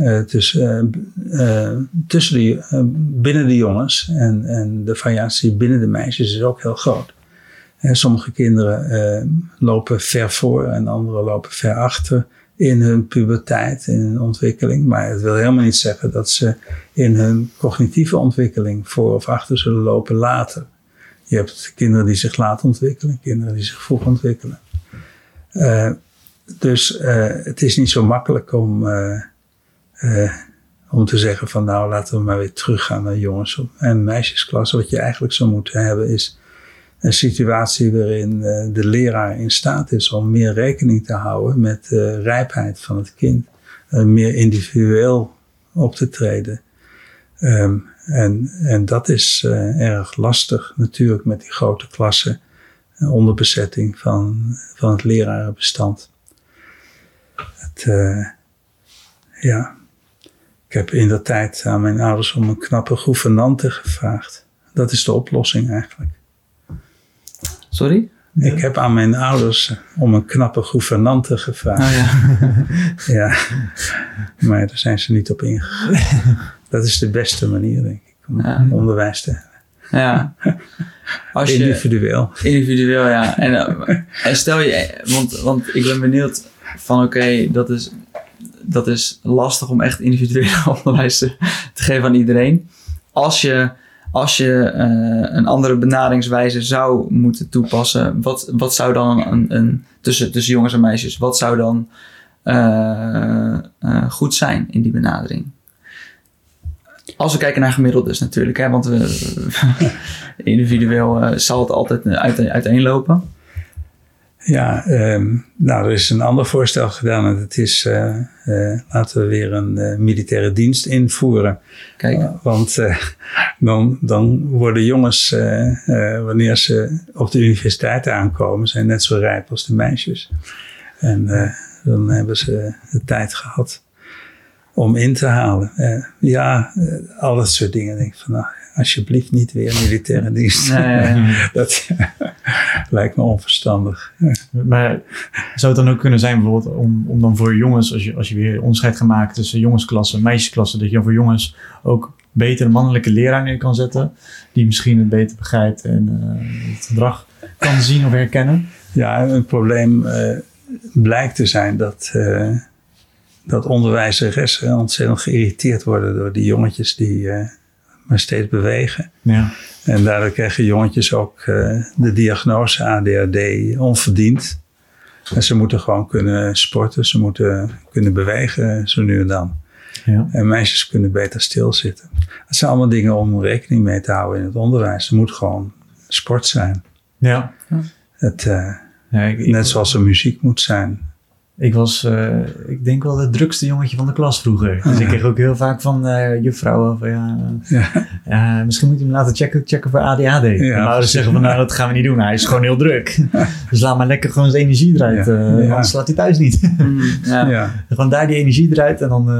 binnen de jongens en de variatie binnen de meisjes is ook heel groot. Sommige kinderen lopen ver voor en anderen lopen ver achter in hun puberteit, in hun ontwikkeling. Maar het wil helemaal niet zeggen dat ze in hun cognitieve ontwikkeling voor of achter zullen lopen later. Je hebt kinderen die zich laat ontwikkelen, kinderen die zich vroeg ontwikkelen. Dus het is niet zo makkelijk om te zeggen van nou laten we maar weer teruggaan naar jongens en meisjesklassen. Wat je eigenlijk zou moeten hebben is een situatie waarin de leraar in staat is om meer rekening te houden met de rijpheid van het kind. Meer individueel op te treden. En dat is erg lastig natuurlijk met die grote klassen. Onderbezetting van het lerarenbestand. Ik heb in de tijd aan mijn ouders om een knappe gouvernante gevraagd. Dat is de oplossing eigenlijk. Sorry? Ik heb aan mijn ouders om een knappe gouvernante gevraagd. Oh ja. Ja, maar daar zijn ze niet op ingegaan. Dat is de beste manier, denk ik, om onderwijs te hebben. Ja. Individueel. Individueel, ja. En stel je, want ik ben benieuwd van oké, dat is lastig om echt individueel onderwijs te geven aan iedereen. Als je een andere benaderingswijze zou moeten toepassen, wat zou dan tussen jongens en meisjes, wat zou dan goed zijn in die benadering? Als we kijken naar gemiddeldes natuurlijk, hè, want individueel zal het altijd uiteenlopen. Ja, er is een ander voorstel gedaan en dat is laten we weer een militaire dienst invoeren. Kijk. Want dan worden jongens, wanneer ze op de universiteit aankomen, zijn net zo rijp als de meisjes. En dan hebben ze de tijd gehad om in te halen. Al dat soort dingen. Denk ik van, nou, alsjeblieft niet weer militaire dienst. Nee. Dat lijkt me onverstandig. Maar zou het dan ook kunnen zijn bijvoorbeeld om dan voor jongens, als je weer onderscheid gaat maken tussen jongensklassen en meisjesklassen, dat je dan voor jongens ook beter een mannelijke leraar neer kan zetten, die misschien het beter begrijpt en het gedrag kan zien of herkennen? Ja, een probleem blijkt te zijn dat onderwijzeressen ontzettend geïrriteerd worden door die jongetjes die maar steeds bewegen. Ja. En daardoor krijgen jongetjes ook de diagnose ADHD onverdiend. En ze moeten gewoon kunnen sporten, ze moeten kunnen bewegen zo nu en dan. Ja. En meisjes kunnen beter stilzitten. Dat zijn allemaal dingen om rekening mee te houden in het onderwijs. Er moet gewoon sport zijn. Ja. Net zoals er muziek moet zijn. Ik was, ik denk wel het drukste jongetje van de klas vroeger. Dus ik kreeg ook heel vaak van juffrouwen van misschien moet je hem laten checken voor ADHD. Ja, en mijn ouders zeggen van nou, dat gaan we niet doen. Hij is gewoon heel druk. Dus laat maar lekker gewoon zijn energie eruit. Anders slaat hij thuis niet. Gewoon daar die energie eruit en dan...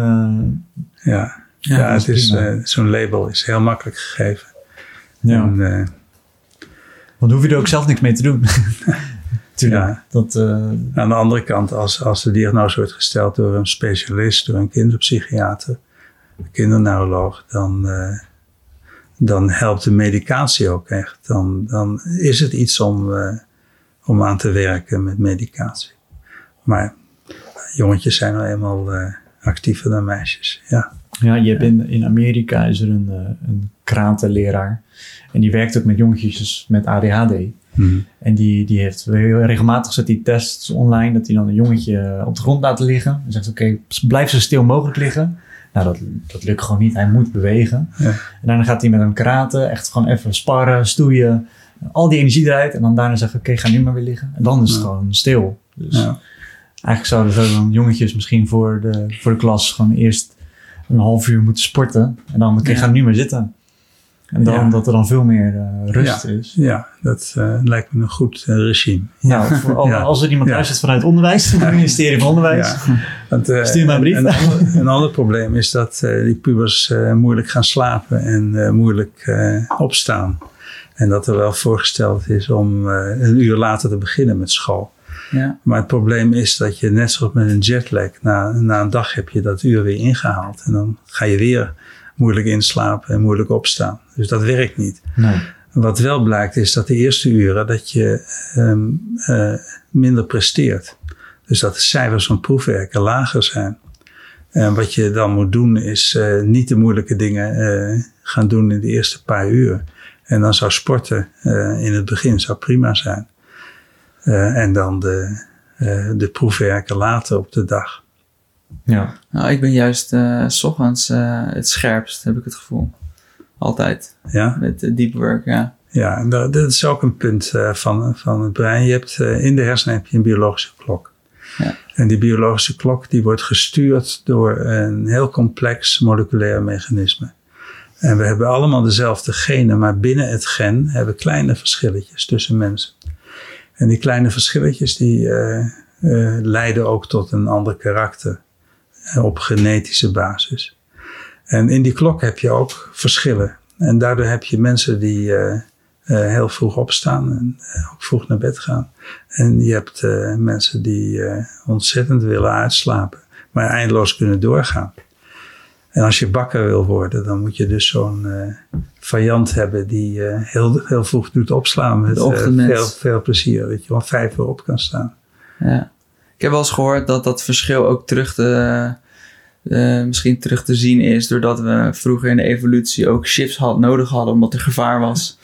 het is zo'n label is heel makkelijk gegeven. Ja. En, want hoef je er ook zelf niks mee te doen. Tuurlijk. Ja. Aan de andere kant, als de diagnose wordt gesteld door een specialist, door een kinderpsychiater, een kinderneuroloog, dan helpt de medicatie ook echt. Dan is het iets om aan te werken met medicatie. Maar jongetjes zijn nou eenmaal actiever dan meisjes. Ja, je hebt in Amerika is er een kratenleraar. En die werkt ook met jongetjes met ADHD. Mm-hmm. En die heeft regelmatig zet die tests online dat hij dan een jongetje op de grond laat liggen. En zegt oké, blijf zo stil mogelijk liggen. Nou, dat lukt gewoon niet. Hij moet bewegen. Ja. En daarna gaat hij met hem kraten. Echt gewoon even sparren, stoeien. Al die energie eruit. En dan daarna zeggen oké, ga nu maar weer liggen. En dan is het gewoon stil. Dus eigenlijk zouden dan jongetjes misschien voor de klas gewoon eerst een half uur moeten sporten. En dan ga nu maar zitten. En dan dat er dan veel meer rust is. Ja, dat lijkt me een goed regime. Nou, als er iemand luistert vanuit onderwijs, het ministerie van Onderwijs, stuur mij een brief. Een ander probleem is dat die pubers moeilijk gaan slapen en moeilijk opstaan. En dat er wel voorgesteld is om 1 uur later te beginnen met school. Ja. Maar het probleem is dat je net zoals met een jetlag, na een dag heb je dat uur weer ingehaald. En dan ga je weer moeilijk inslapen en moeilijk opstaan. Dus dat werkt niet. Nee. Wat wel blijkt is dat de eerste uren dat je minder presteert. Dus dat de cijfers van proefwerken lager zijn. En wat je dan moet doen is niet de moeilijke dingen gaan doen in de eerste paar uur. En dan zou sporten in het begin zou prima zijn. En dan de proefwerken later op de dag. Ja. Nou, ik ben juist 's ochtends het scherpst, heb ik het gevoel. Altijd. Ja? Met deep work, ja. Ja, en dat is ook een punt van het brein. Je hebt, in de hersenen heb je een biologische klok. Ja. En die biologische klok die wordt gestuurd door een heel complex moleculair mechanisme. En we hebben allemaal dezelfde genen, maar binnen het gen hebben we kleine verschilletjes tussen mensen. En die kleine verschilletjes die leiden ook tot een ander karakter op genetische basis. En in die klok heb je ook verschillen. En daardoor heb je mensen die heel vroeg opstaan en ook vroeg naar bed gaan. En je hebt mensen die ontzettend willen uitslapen, maar eindeloos kunnen doorgaan. En als je bakker wil worden, dan moet je dus zo'n vijand hebben die heel vroeg doet opslaan met veel plezier. Dat je om 5 uur op kan staan. Ja. Ik heb wel eens gehoord dat dat verschil ook misschien terug te zien is, doordat we vroeger in de evolutie ook chips nodig hadden, omdat er gevaar was.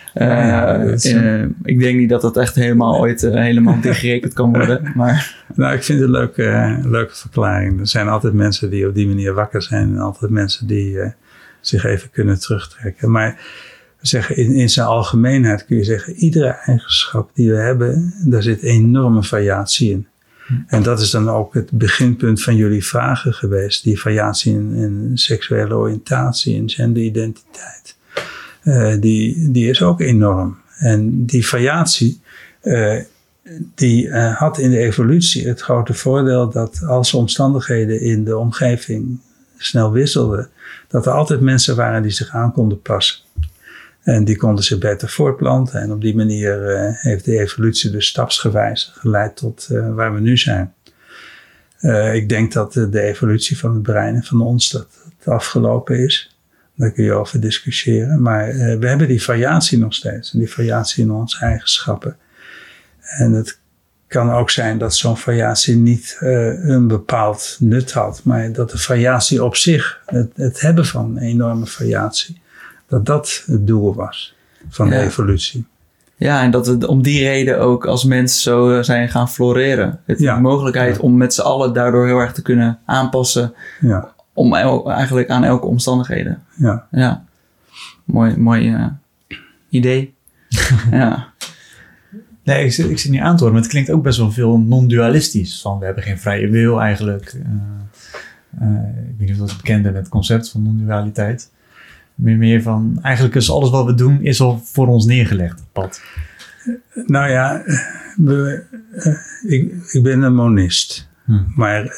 Ik denk niet dat dat echt ooit helemaal dichtgerekend kan worden. Maar... Nou, ik vind het een leuke verklaring. Er zijn altijd mensen die op die manier wakker zijn en altijd mensen die zich even kunnen terugtrekken. Maar zeggen, in zijn algemeenheid kun je zeggen, iedere eigenschap die we hebben, daar zit enorme variatie in. En dat is dan ook het beginpunt van jullie vragen geweest. Die variatie in seksuele oriëntatie en genderidentiteit. Die is ook enorm. En die variatie, die had in de evolutie het grote voordeel dat als omstandigheden in de omgeving snel wisselden, dat er altijd mensen waren die zich aan konden passen. En die konden zich beter voortplanten. En op die manier heeft de evolutie dus stapsgewijs geleid tot waar we nu zijn. Ik denk dat de evolutie van het brein en van ons dat het afgelopen is. Daar kun je over discussiëren. Maar we hebben die variatie nog steeds. En die variatie in onze eigenschappen. En het kan ook zijn dat zo'n variatie niet een bepaald nut had. Maar dat de variatie op zich, het hebben van een enorme variatie, dat het doel was van de evolutie. Ja, en dat we om die reden ook als mens zo zijn gaan floreren. De mogelijkheid om met z'n allen daardoor heel erg te kunnen aanpassen. Ja. Om eigenlijk aan elke omstandigheden. Ja. Mooi idee. Ja. Nee, ik zit niet aan te horen, maar het klinkt ook best wel veel non-dualistisch. Van we hebben geen vrije wil eigenlijk. Ik weet niet of dat bekend bent met het concept van non-dualiteit. Meer van, eigenlijk is alles wat we doen, is al voor ons neergelegd, het pad. Nou ja, ik ben een monist. Maar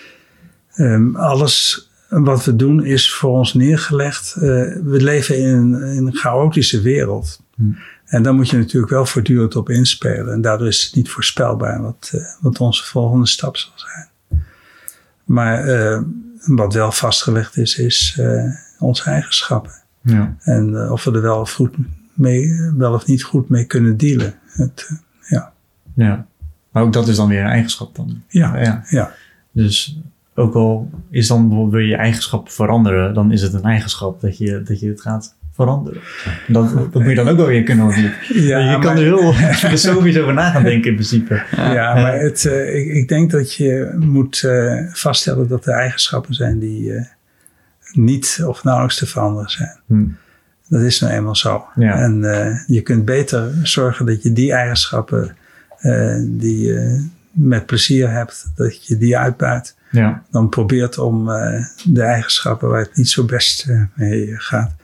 alles wat we doen is voor ons neergelegd. We leven in een chaotische wereld. En daar moet je natuurlijk wel voortdurend op inspelen. En daardoor is het niet voorspelbaar wat onze volgende stap zal zijn. Maar wat wel vastgelegd is onze eigenschappen. Ja. En of we er wel of niet goed mee kunnen dealen. Ja, maar ook dat is dan weer een eigenschap dan. Ja. Dus ook al is dan wil je eigenschap veranderen, dan is het een eigenschap dat je het gaat veranderen. Dat moet je dan ook wel weer kunnen of niet. Ja, je kan er heel filosofisch over na gaan denken in principe. Ja, maar ik denk dat je moet vaststellen dat er eigenschappen zijn die niet of nauwelijks te veranderen zijn. Dat is nou eenmaal zo. Ja. En je kunt beter zorgen dat je die eigenschappen die je met plezier hebt, dat je die uitbuit. Ja. Dan probeert om de eigenschappen waar het niet zo best mee gaat,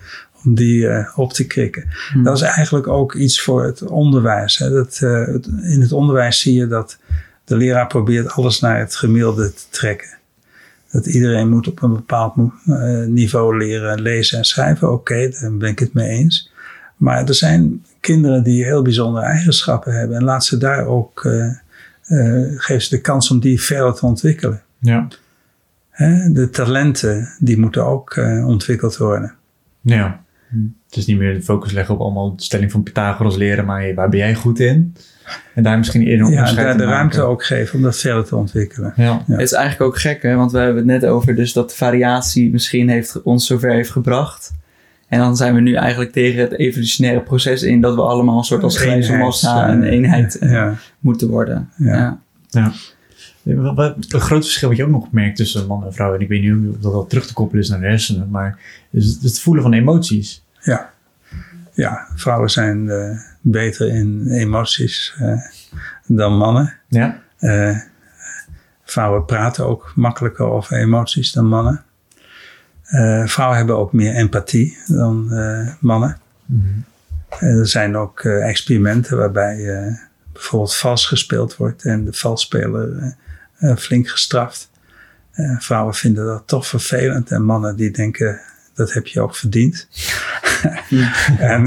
om die op te krikken. Dat is eigenlijk ook iets voor het onderwijs. Hè. In het onderwijs zie je dat de leraar probeert alles naar het gemiddelde te trekken. Dat iedereen moet op een bepaald niveau leren lezen en schrijven. Oké, daar ben ik het mee eens. Maar er zijn kinderen die heel bijzondere eigenschappen hebben. En laat ze daar ook, geef ze de kans om die verder te ontwikkelen. Ja. De talenten, die moeten ook ontwikkeld worden. Ja. Het is niet meer de focus leggen op allemaal de stelling van Pythagoras leren, maar waar ben jij goed in? En daar misschien eerder een onderscheid daar te de maken. ruimte ook geven om dat verder te ontwikkelen. Ja. Het is eigenlijk ook gek, hè? Want we hebben het net over dus dat de variatie misschien ons zover heeft gebracht. En dan zijn we nu eigenlijk tegen het evolutionaire proces in dat we allemaal een soort als grijze massa een eenheid moeten worden. Ja. Een groot verschil wat je ook nog merkt tussen man en vrouw, en ik weet niet of dat wel terug te koppelen is naar de hersenen, maar is het voelen van emoties. Ja, vrouwen zijn beter in emoties dan mannen. Ja. Vrouwen praten ook makkelijker over emoties dan mannen. Vrouwen hebben ook meer empathie dan mannen. Mm-hmm. Er zijn ook experimenten waarbij bijvoorbeeld vals gespeeld wordt en de valsspeler flink gestraft. Vrouwen vinden dat toch vervelend en mannen die denken, dat heb je ook verdiend. En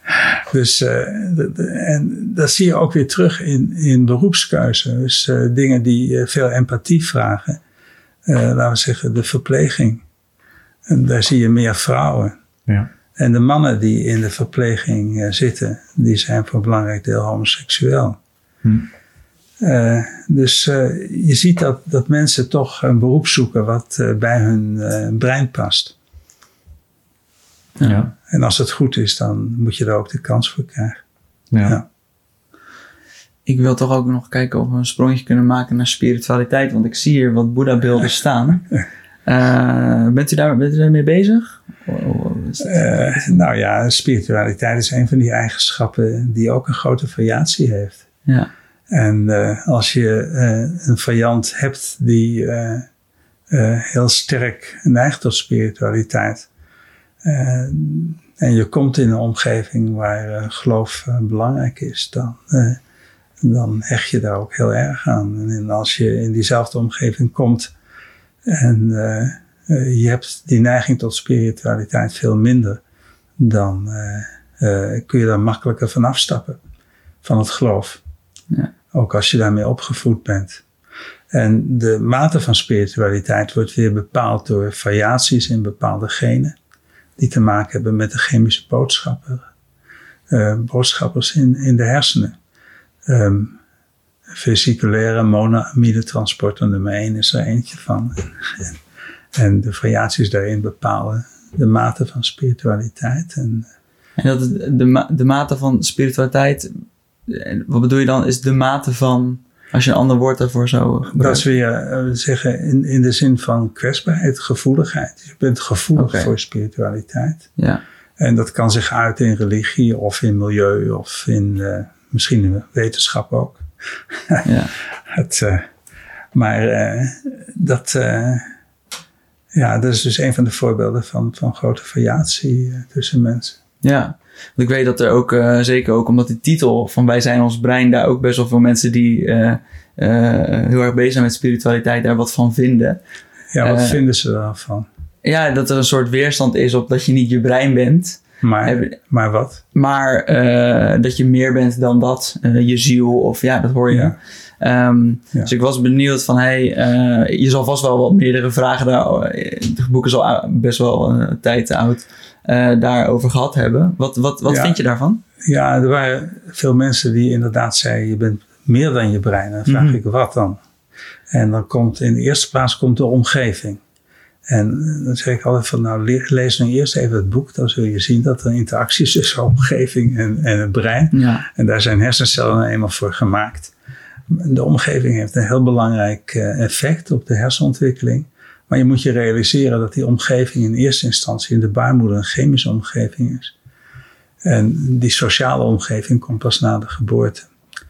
dat zie je ook weer terug in beroepskeuze. Dus dingen die veel empathie vragen. Laten we zeggen de verpleging. En daar zie je meer vrouwen. Ja. En de mannen die in de verpleging zitten, die zijn voor een belangrijk deel homoseksueel. Dus je ziet dat mensen toch een beroep zoeken wat bij hun brein past. Ja. En als het goed is, dan moet je er ook de kans voor krijgen. Ja. Ik wil toch ook nog kijken of we een sprongje kunnen maken naar spiritualiteit. Want ik zie hier wat Boeddha-beelden staan. Bent u daarmee bezig? Nou ja, spiritualiteit is een van die eigenschappen die ook een grote variatie heeft. Ja. En als je een variant hebt die heel sterk neigt tot spiritualiteit. En je komt in een omgeving waar geloof belangrijk is, dan hecht je daar ook heel erg aan. En als je in diezelfde omgeving komt en je hebt die neiging tot spiritualiteit veel minder, dan kun je daar makkelijker van afstappen, van het geloof. Ja. Ook als je daarmee opgevoed bent. En de mate van spiritualiteit wordt weer bepaald door variaties in bepaalde genen, die te maken hebben met de chemische boodschappers in de hersenen. Vesiculaire monoamide transporter nummer 1 is er eentje van. En de variaties daarin bepalen de mate van spiritualiteit. En dat de mate van spiritualiteit, wat bedoel je dan, is de mate van, als je een ander woord daarvoor zou gebruiken? Dat is weer zeggen in de zin van kwetsbaarheid, gevoeligheid. Je bent gevoelig voor spiritualiteit. Ja. En dat kan zich uiten in religie of in milieu of in misschien in wetenschap ook. Ja. Dat is dus een van de voorbeelden van grote variatie tussen mensen. Ja, want ik weet dat er ook, zeker ook omdat die titel van Wij zijn ons brein, daar ook best wel veel mensen die heel erg bezig zijn met spiritualiteit daar wat van vinden. Ja, wat vinden ze daarvan? Ja, dat er een soort weerstand is op dat je niet je brein bent. Maar wat? Maar dat je meer bent dan dat, je ziel of dat hoor je. Ja. Dus ik was benieuwd van, je zal vast wel wat meerdere vragen daar, het boek is al best wel een tijd oud, daarover gehad hebben. Wat vind je daarvan? Ja, er waren veel mensen die inderdaad zeiden, je bent meer dan je brein. Dan vraag ik, wat dan? En dan komt in de eerste plaats de omgeving. En dan zeg ik altijd van, lees nu eerst even het boek. Dan zul je zien dat er interactie is tussen de omgeving en het brein. Ja. En daar zijn hersencellen eenmaal voor gemaakt. De omgeving heeft een heel belangrijk effect op de hersenontwikkeling. Maar je moet je realiseren dat die omgeving in eerste instantie in de baarmoeder een chemische omgeving is. En die sociale omgeving komt pas na de geboorte.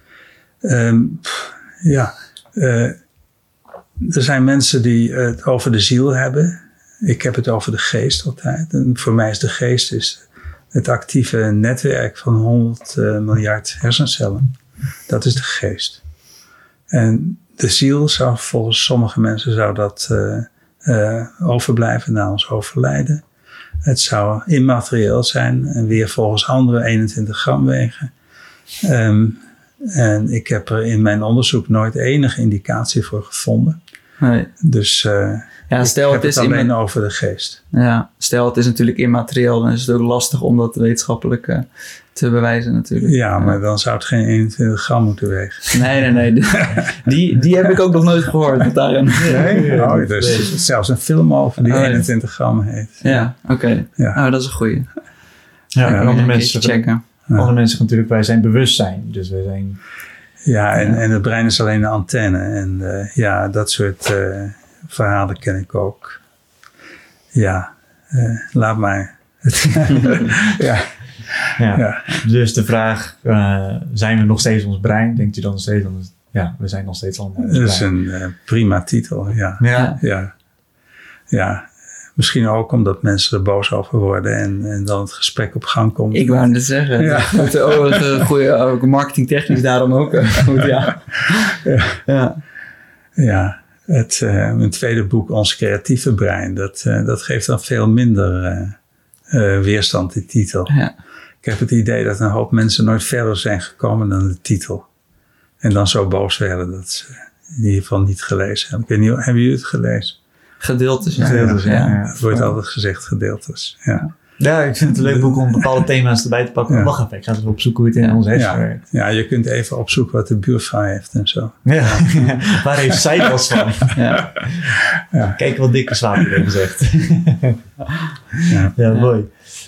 Er zijn mensen die het over de ziel hebben. Ik heb het over de geest altijd. En voor mij is de geest het actieve netwerk van 100 miljard hersencellen. Dat is de geest. En de ziel zou volgens sommige mensen zou dat overblijven na ons overlijden. Het zou immaterieel zijn en weer volgens anderen 21 gram wegen. En ik heb er in mijn onderzoek nooit enige indicatie voor gevonden. Nee. Dus stel het is alleen over de geest. Ja, stel het is natuurlijk immaterieel, dan is het ook lastig om dat wetenschappelijk te bewijzen natuurlijk. Ja, maar dan zou het geen 21 gram moeten wegen. Nee. Die heb ik ook nog nooit gehoord. Er is zelfs een film over die 21 gram heet. Ja, oké. Ja. Dat is een goeie. Ja, en andere mensen checken. Andere mensen natuurlijk, wij zijn bewustzijn. Dus wij zijn... Ja, en het brein is alleen een antenne. En dat soort verhalen ken ik ook. Ja, laat maar. Ja. Dus de vraag, zijn we nog steeds ons brein? Denkt u dan nog steeds, we zijn nog steeds allemaal ons brein. Dat is een prima titel, ja. Misschien ook omdat mensen er boos over worden en dan het gesprek op gang komt. Ik wou net zeggen. Ja. Het goede marketingtechnisch daarom ook goed, Ja. Mijn tweede boek, Ons Creatieve Brein, dat geeft dan veel minder weerstand, die titel. Ja. Ik heb het idee dat een hoop mensen nooit verder zijn gekomen dan de titel. En dan zo boos werden dat ze in ieder geval niet gelezen hebben. Ik weet niet, hebben jullie het gelezen? Gedeeltes, ja. Het wordt altijd gezegd gedeeltes, Ja, ik vind het een leuk boek om bepaalde thema's erbij te pakken. Wacht even, ik ga even opzoeken hoe het in ons hersen werkt. Ja, je kunt even opzoeken wat de buurvrouw heeft en zo. Ja, waar heeft zij last van? Kijk wat dikke slaap heeft gezegd. Mooi.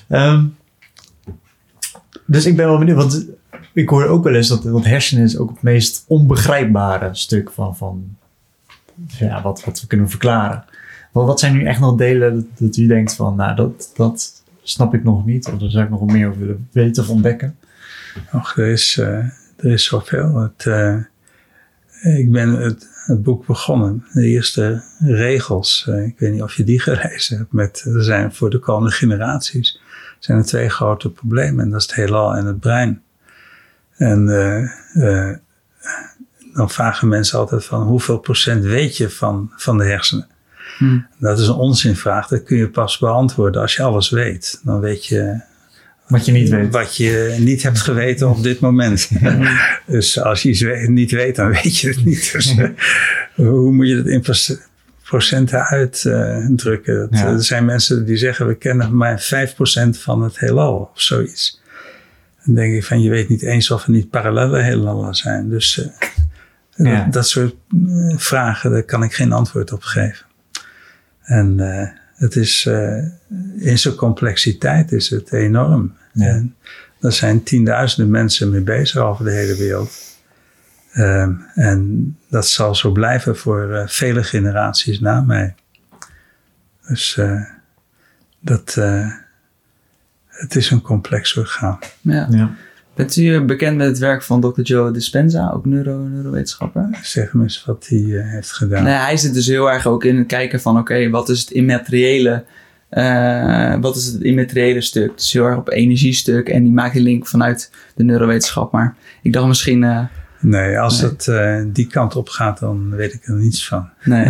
Dus ik ben wel benieuwd, want ik hoor ook wel eens dat hersenen is ook het meest onbegrijpbare stuk van wat we kunnen verklaren. Wat zijn nu echt nog delen dat u denkt van, dat snap ik nog niet, of daar zou ik nog wat meer over willen weten of ontdekken? Er is zoveel. Ik ben het boek begonnen. De eerste regels, ik weet niet of je die gelezen hebt, er zijn voor de komende generaties zijn er 2 grote problemen. En dat is het heelal en het brein. En dan vragen mensen altijd van hoeveel procent weet je van de hersenen? Dat is een onzinvraag. Dat kun je pas beantwoorden als je alles weet. Dan weet je wat je niet weet. Wat je niet hebt geweten op dit moment. Dus als je iets niet weet, dan weet je het niet. Dus hoe moet je dat in procenten uitdrukken? Er zijn mensen die zeggen, we kennen maar 5% van het heelal of zoiets. Dan denk ik van, je weet niet eens of er niet parallelle heelallen zijn. Dus dat soort vragen, daar kan ik geen antwoord op geven. En het is, in zijn complexiteit is het enorm. Ja. En er zijn 10.000 mensen mee bezig over de hele wereld. En dat zal zo blijven voor vele generaties na mij. Dus het is een complex orgaan. Ja. Bent u bekend met het werk van Dr. Joe Dispenza, ook neurowetenschapper? Zeg me eens wat hij heeft gedaan. Nee, hij zit dus heel erg ook in het kijken van wat is het immateriële stuk? Dus heel erg op energiestuk en die maakt die link vanuit de neurowetenschap. Maar ik dacht misschien... Nee, als het die kant op gaat, dan weet ik er niets van.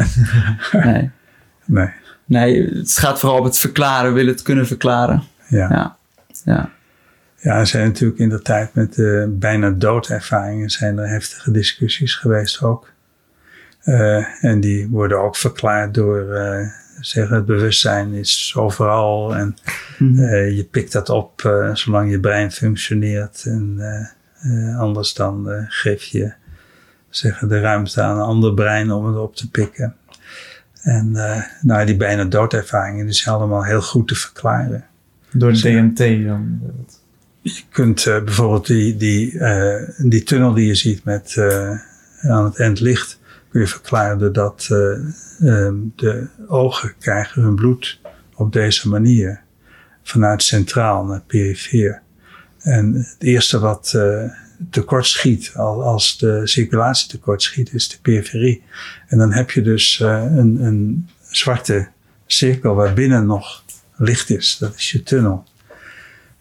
Nee, het gaat vooral op het verklaren, we willen het kunnen verklaren. Ja, er zijn natuurlijk in de tijd met bijna doodervaringen zijn er heftige discussies geweest ook. En die worden ook verklaard door zeggen het bewustzijn is overal en je pikt dat op zolang je brein functioneert. En anders dan geef je de ruimte aan een ander brein om het op te pikken. En die bijna doodervaringen die zijn allemaal heel goed te verklaren. Door de DMT dan? Je kunt bijvoorbeeld die tunnel die je ziet met aan het eind licht, kun je verklaren doordat de ogen krijgen hun bloed op deze manier. Vanuit centraal naar perifeer. En het eerste wat tekort schiet, als de circulatie tekort schiet, is de periferie. En dan heb je dus een zwarte cirkel waarbinnen nog licht is. Dat is je tunnel.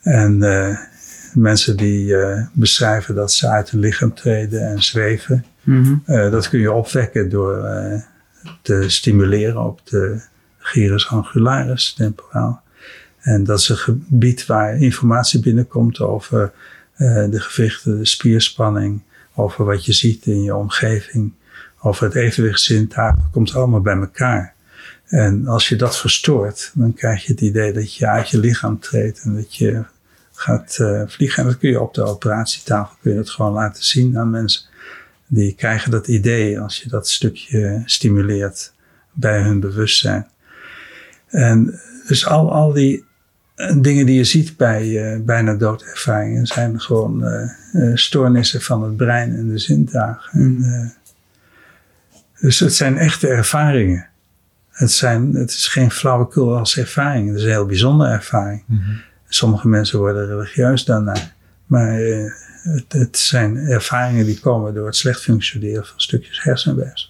En mensen die beschrijven dat ze uit hun lichaam treden en zweven. Dat kun je opwekken door te stimuleren op de gyrus angularis temporaal. En dat is een gebied waar informatie binnenkomt over de gewrichten, de spierspanning, over wat je ziet in je omgeving, over het evenwichtszintuig. Dat komt allemaal bij elkaar. En als je dat verstoort, dan krijg je het idee dat je uit je lichaam treedt en dat je gaat vliegen. En dat kun je op de operatietafel kun je dat gewoon laten zien aan mensen. Die krijgen dat idee als je dat stukje stimuleert bij hun bewustzijn. En dus al die dingen die je ziet bij bijna doodervaringen zijn gewoon stoornissen van het brein en de zintuigen. Dus het zijn echte ervaringen. Het is geen flauwekul als ervaring. Het is een heel bijzondere ervaring. Sommige mensen worden religieus daarna. Maar het zijn ervaringen die komen door het slecht functioneren van stukjes hersenweefsel.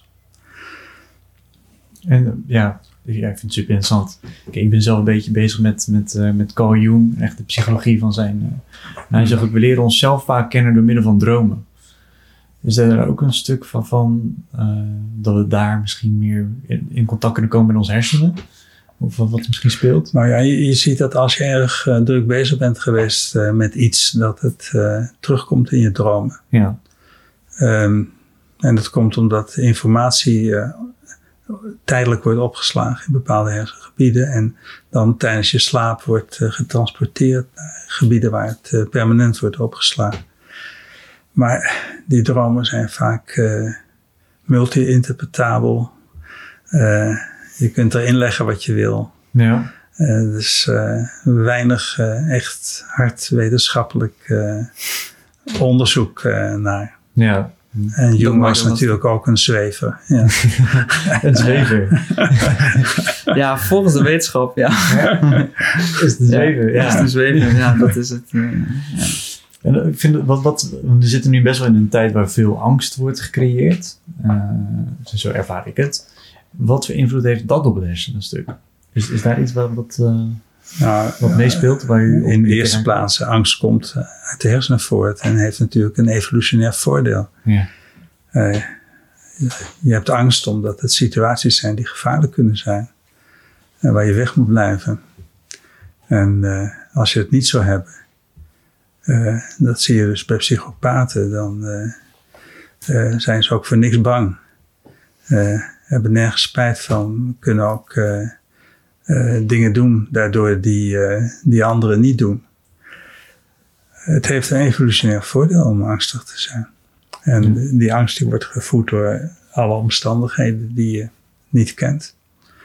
En ik vind het super interessant. Ik ben zelf een beetje bezig met Carl Jung, echt de psychologie van zijn. Hij zegt ook, we leren onszelf vaak kennen door middel van dromen. Is er ook een stuk van dat we daar misschien meer in contact kunnen komen met onze hersenen? Of wat misschien speelt? Nou ja, je ziet dat als je erg druk bezig bent geweest met iets, dat het terugkomt in je dromen. Ja. En dat komt omdat informatie tijdelijk wordt opgeslagen in bepaalde hersengebieden en dan tijdens je slaap wordt getransporteerd naar gebieden waar het permanent wordt opgeslagen. Maar die dromen zijn vaak multi-interpretabel. Je kunt erin leggen wat je wil. Ja. Dus weinig echt hard wetenschappelijk onderzoek naar. Ja. En Jung was natuurlijk ook een zwever. Ja. Een zwever. Ja, volgens de wetenschap, ja. Is de zwever, ja. Is de zwever, ja, dat is het. En ik vind we zitten nu best wel in een tijd waar veel angst wordt gecreëerd. Zo ervaar ik het. Wat voor invloed heeft dat op het hersenstuk? Is daar iets wat meespeelt? In de eerste plaats, angst komt uit de hersenen voort en heeft natuurlijk een evolutionair voordeel. Ja. Je hebt angst omdat het situaties zijn die gevaarlijk kunnen zijn. En waar je weg moet blijven. En als je het niet zou hebben, dat zie je dus bij psychopaten, dan zijn ze ook voor niks bang. Hebben nergens spijt van, kunnen ook dingen doen daardoor die anderen niet doen. Het heeft een evolutionair voordeel om angstig te zijn. En die angst die wordt gevoed door alle omstandigheden die je niet kent.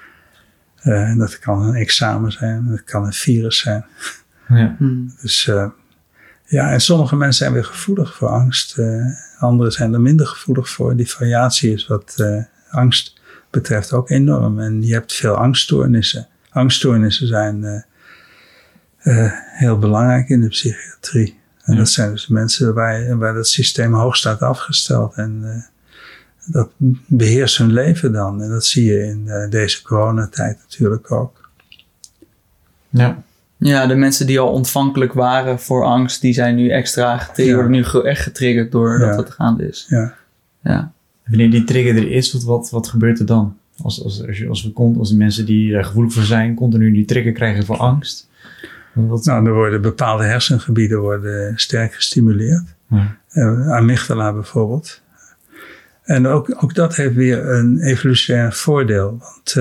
Dat kan een examen zijn, dat kan een virus zijn. Ja. Dus en sommige mensen zijn weer gevoelig voor angst. Anderen zijn er minder gevoelig voor. Die variatie is wat angst betreft ook enorm. En je hebt veel angststoornissen. Angststoornissen zijn heel belangrijk in de psychiatrie. En dat zijn dus mensen waar dat systeem hoog staat afgesteld. En dat beheerst hun leven dan. En dat zie je in deze coronatijd natuurlijk ook. Ja. Ja, de mensen die al ontvankelijk waren voor angst, die zijn nu extra getriggerd, worden nu echt getriggerd door dat wat gaande is. Ja. Wanneer die trigger er is, wat gebeurt er dan? Als die mensen die er gevoelig voor zijn, continu die trigger krijgen voor angst. Er worden bepaalde hersengebieden sterk gestimuleerd. Amygdala bijvoorbeeld. En ook dat heeft weer een evolutionair voordeel. Want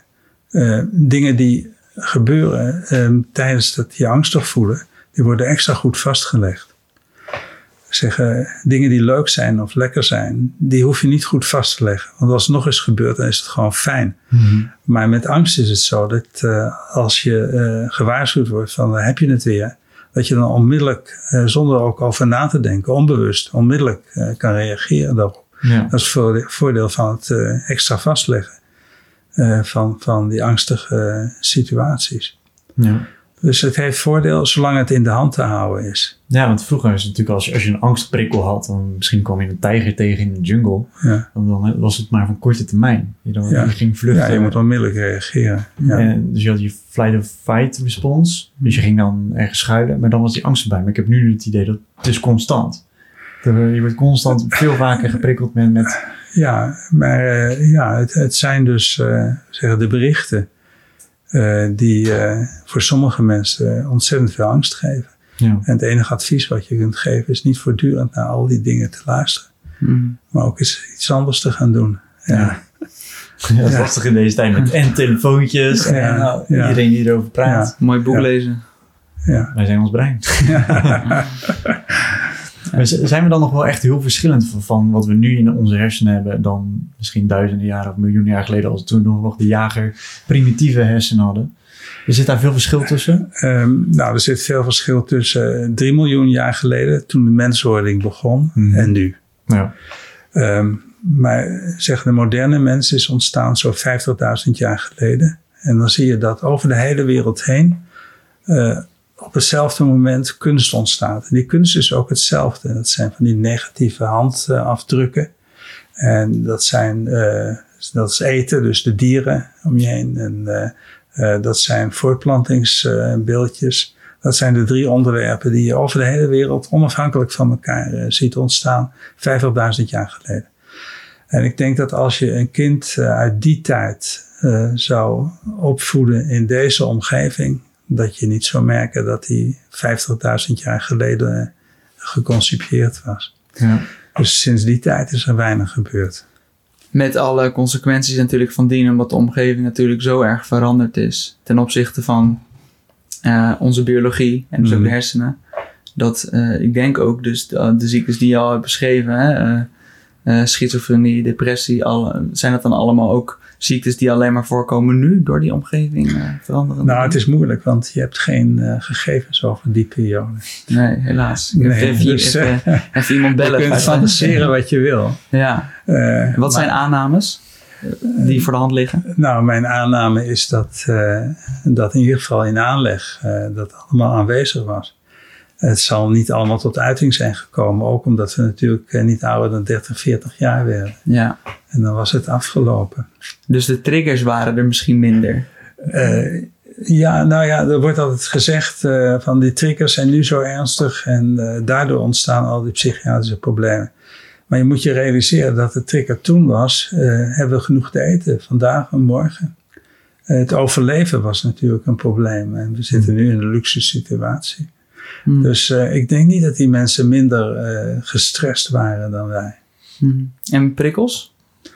dingen die gebeuren tijdens dat je angstig voelen, die worden extra goed vastgelegd. Zeggen, dingen die leuk zijn of lekker zijn, die hoef je niet goed vast te leggen. Want als het nog eens gebeurt, dan is het gewoon fijn. Maar met angst is het zo dat als je gewaarschuwd wordt van heb je het weer, dat je dan onmiddellijk, zonder ook over na te denken, onbewust, onmiddellijk kan reageren daarop. Ja. Dat is het voordeel van het extra vastleggen van die angstige situaties. Ja. Dus het heeft voordeel zolang het in de hand te houden is. Ja, want vroeger is het natuurlijk als je een angstprikkel had, dan misschien kwam je een tijger tegen in de jungle. Ja. Dan was het maar van korte termijn. Je ging vluchten. Ja, je moet onmiddellijk reageren. Ja. En dus je had je flight or fight response. Dus je ging dan ergens schuilen, maar dan was die angst erbij. Maar ik heb nu het idee dat het is constant. Je wordt constant veel vaker geprikkeld met... Ja, maar het zijn dus de berichten die voor sommige mensen ontzettend veel angst geven. Ja. En het enige advies wat je kunt geven is niet voortdurend naar al die dingen te luisteren. Maar ook eens iets anders te gaan doen. Ja, dat is lastig in deze tijd met telefoontjes en iedereen die erover praat. Ja. Mooi boek lezen. Ja. Wij zijn ons brein. Maar zijn we dan nog wel echt heel verschillend van wat we nu in onze hersenen hebben dan misschien duizenden jaren of miljoenen jaar geleden, als toen nog de jager primitieve hersenen hadden? Zit daar veel verschil tussen? Er zit veel verschil tussen 3 miljoen jaar geleden, toen de menswording begon, en nu. Ja. Maar de moderne mens is ontstaan zo'n 50.000 jaar geleden. En dan zie je dat over de hele wereld heen op hetzelfde moment kunst ontstaat. En die kunst is ook hetzelfde. Dat zijn van die negatieve handafdrukken. En dat is eten, dus de dieren om je heen. En dat zijn voortplantingsbeeldjes. Dat zijn de 3 onderwerpen die je over de hele wereld onafhankelijk van elkaar ziet ontstaan 50.000 jaar geleden. En ik denk dat als je een kind uit die tijd zou opvoeden in deze omgeving, dat je niet zou merken dat hij 50.000 jaar geleden geconcipieerd was. Ja. Dus sinds die tijd is er weinig gebeurd. Met alle consequenties natuurlijk van dien, omdat de omgeving natuurlijk zo erg veranderd is ten opzichte van onze biologie en dus ook de hersenen. Dat ik denk ook dus de ziektes die je al hebt beschreven, schizofrenie, depressie, zijn dat dan allemaal ook ziektes die alleen maar voorkomen nu door die omgeving veranderen? Nou, het is moeilijk, want je hebt geen gegevens over die periode. Nee, helaas. Even iemand bellen. Je kunt fantaseren wat je wil. Ja. Wat zijn aannames die voor de hand liggen? Nou, mijn aanname is dat in ieder geval in aanleg dat allemaal aanwezig was. Het zal niet allemaal tot uiting zijn gekomen. Ook omdat we natuurlijk niet ouder dan 30, 40 jaar werden. Ja. En dan was het afgelopen. Dus de triggers waren er misschien minder? Er wordt altijd gezegd van die triggers zijn nu zo ernstig. En daardoor ontstaan al die psychiatrische problemen. Maar je moet je realiseren dat de trigger toen was. Hebben we genoeg te eten vandaag en morgen? Het overleven was natuurlijk een probleem. En we zitten nu in een luxe situatie. Dus ik denk niet dat die mensen minder gestrest waren dan wij. En prikkels?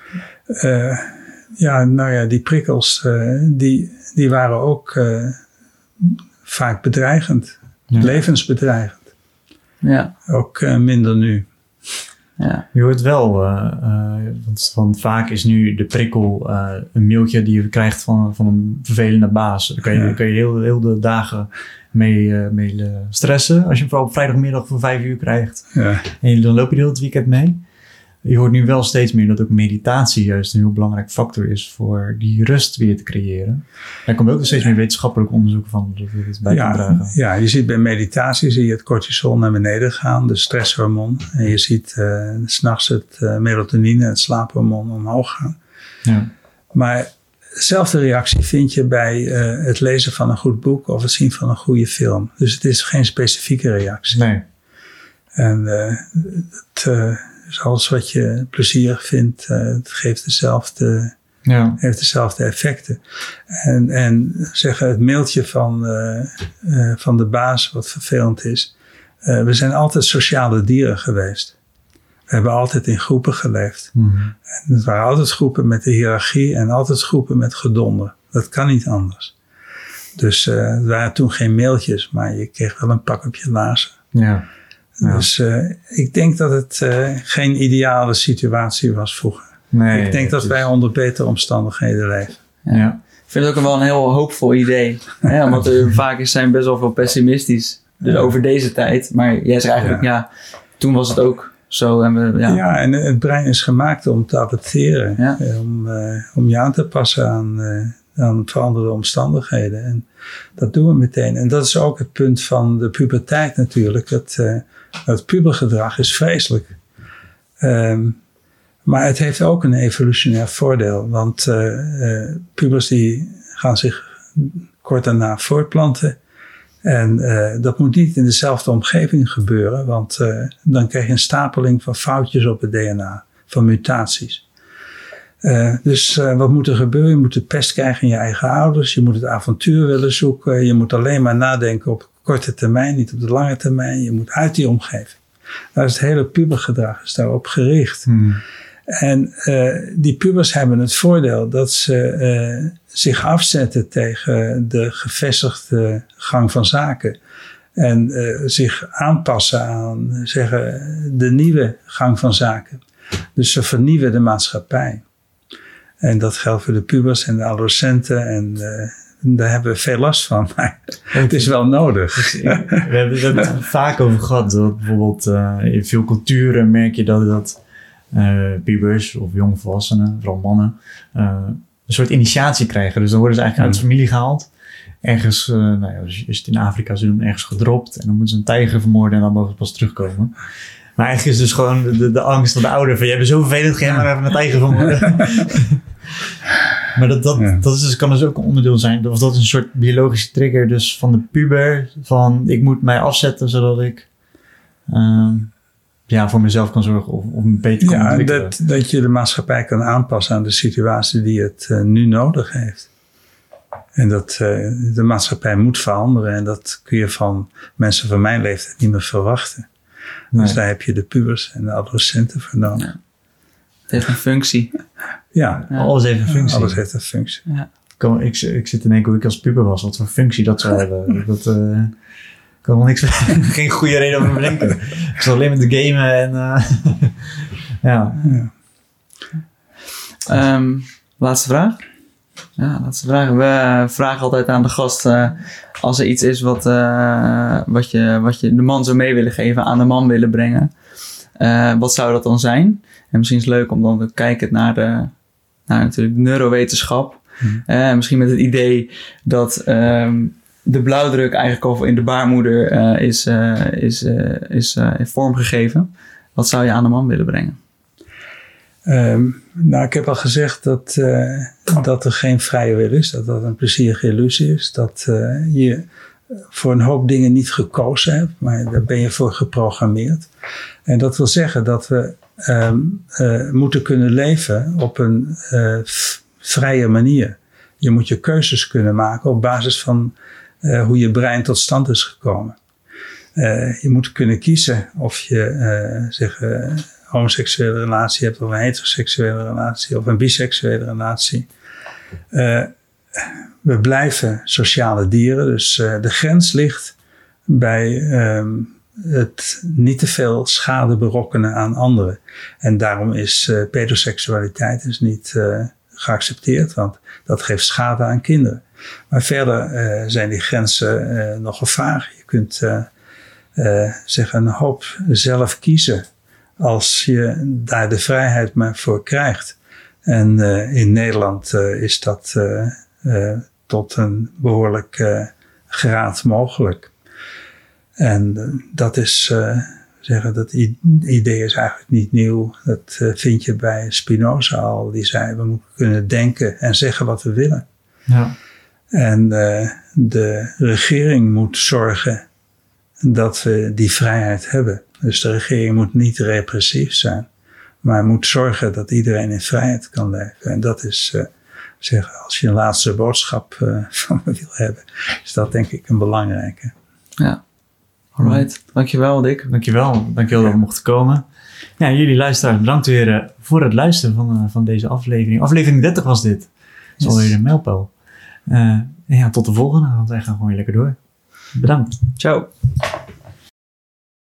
Die prikkels die waren ook vaak bedreigend. Ja. Levensbedreigend. Ja. Ook minder nu. Ja. Je hoort wel, want vaak is nu de prikkel een mailtje die je krijgt van een vervelende baas. Daar kan je heel de dagen mee stressen. Als je hem vooral op vrijdagmiddag voor 5 uur krijgt. Ja. En dan loop je heel het weekend mee. Je hoort nu wel steeds meer dat ook meditatie juist een heel belangrijk factor is voor die rust weer te creëren. Er komt ook steeds meer wetenschappelijk onderzoek van dat we dit bij kan dragen. Ja, je ziet bij meditatie het cortisol naar beneden gaan, de stresshormoon. En je ziet 's nachts het melatonine, het slaaphormoon omhoog gaan. Ja. Maar dezelfde reactie vind je bij het lezen van een goed boek of het zien van een goede film. Dus het is geen specifieke reactie. Nee. En dus alles wat je plezierig vindt, het geeft heeft dezelfde effecten. En zeggen het mailtje van de baas, wat vervelend is. We zijn altijd sociale dieren geweest. We hebben altijd in groepen geleefd. Mm-hmm. En het waren altijd groepen met de hiërarchie en altijd groepen met gedonder. Dat kan niet anders. Dus er waren toen geen mailtjes, maar je kreeg wel een pak op je laarzen. Ja. Ja. Dus ik denk dat het geen ideale situatie was vroeger. Nee, ik denk dat wij onder betere omstandigheden leven. Ja. Ik vind het ook wel een heel hoopvol idee. Hè? Omdat er vaak zijn best wel veel pessimistisch. Dus over deze tijd. Maar jij zegt eigenlijk, toen was het ook zo. En en het brein is gemaakt om te adapteren. Ja. Om je aan te passen dan veranderen de omstandigheden. En dat doen we meteen. En dat is ook het punt van de puberteit natuurlijk. Het pubergedrag is vreselijk. Maar het heeft ook een evolutionair voordeel. Want pubers die gaan zich kort daarna voortplanten. En dat moet niet in dezelfde omgeving gebeuren. Want dan krijg je een stapeling van foutjes op het DNA. Van mutaties. Dus wat moet er gebeuren? Je moet de pest krijgen in je eigen ouders. Je moet het avontuur willen zoeken. Je moet alleen maar nadenken op korte termijn, niet op de lange termijn. Je moet uit die omgeving. Nou, het hele pubergedrag is daarop gericht. En die pubers hebben het voordeel dat ze zich afzetten tegen de gevestigde gang van zaken. En zich aanpassen aan de nieuwe gang van zaken. Dus ze vernieuwen de maatschappij. En dat geldt voor de pubers en de adolescenten. En daar hebben we veel last van. Maar het is wel nodig. We hebben het vaak over gehad. Dat bijvoorbeeld in veel culturen merk je dat pubers of jongvolwassenen, vooral mannen, een soort initiatie krijgen. Dus dan worden ze eigenlijk uit de familie gehaald. Ergens, als je het in Afrika zou doen, ergens gedropt. En dan moeten ze een tijger vermoorden en dan mogen ze pas terugkomen. Maar eigenlijk is dus gewoon de angst van de ouder. Van, jij bent zo vervelend, ga je maar even een tijger vermoorden. Maar dat is dus, kan dus ook een onderdeel zijn. Of dat is een soort biologische trigger dus van de puber. Van, ik moet mij afzetten zodat ik voor mezelf kan zorgen of beter kan ontwikkelen. Dat je de maatschappij kan aanpassen aan de situatie die het nu nodig heeft. En dat de maatschappij moet veranderen. En dat kun je van mensen van mijn leeftijd niet meer verwachten. Nee. Dus daar heb je de pubers en de adolescenten voor nodig. Ja. Het heeft een functie. Ja. Alles heeft een functie. Alles heeft een functie. Ja. Ik zit te denken hoe ik als puber was. Wat voor functie dat zou hebben. Dat kan wel niks. Geen goede reden om te bedenken. Ik zal alleen met de gamen en Laatste vraag. Ja, laatste vraag. We vragen altijd aan de gast als er iets is wat je de man zou mee willen geven, aan de man willen brengen. Wat zou dat dan zijn? En misschien is het leuk om dan te kijken naar natuurlijk neurowetenschap. Misschien met het idee dat de blauwdruk eigenlijk al in de baarmoeder is vormgegeven. Wat zou je aan de man willen brengen? Ik heb al gezegd dat er geen vrije wil is. Dat een plezierige illusie is. Dat je voor een hoop dingen niet gekozen hebt. Maar daar ben je voor geprogrammeerd. En dat wil zeggen dat we moeten kunnen leven op een vrije manier. Je moet je keuzes kunnen maken op basis van hoe je brein tot stand is gekomen. Je moet kunnen kiezen of je homoseksuele relatie hebt of een heteroseksuele relatie of een biseksuele relatie. We blijven sociale dieren, dus de grens ligt bij het niet te veel schade berokkenen aan anderen. En daarom is pedoseksualiteit dus niet geaccepteerd, want dat geeft schade aan kinderen. Maar verder zijn die grenzen nogal vaag. Je kunt een hoop zelf kiezen als je daar de vrijheid maar voor krijgt. En in Nederland is dat tot een behoorlijk graad mogelijk. En dat is, dat idee is eigenlijk niet nieuw. Dat vind je bij Spinoza al. Die zei, we moeten kunnen denken en zeggen wat we willen. Ja. En de regering moet zorgen dat we die vrijheid hebben. Dus de regering moet niet repressief zijn. Maar moet zorgen dat iedereen in vrijheid kan leven. En dat is, als je een laatste boodschap van me wil hebben, is dat denk ik een belangrijke. Ja, alright. Dankjewel Dick. Dankjewel dat we mochten komen. Ja, jullie luisteraars, bedankt weer voor het luisteren van deze aflevering. Aflevering 30 was dit. Dat is alweer een mijlpaal. Tot de volgende, want wij gaan gewoon weer lekker door. Bedankt. Ciao.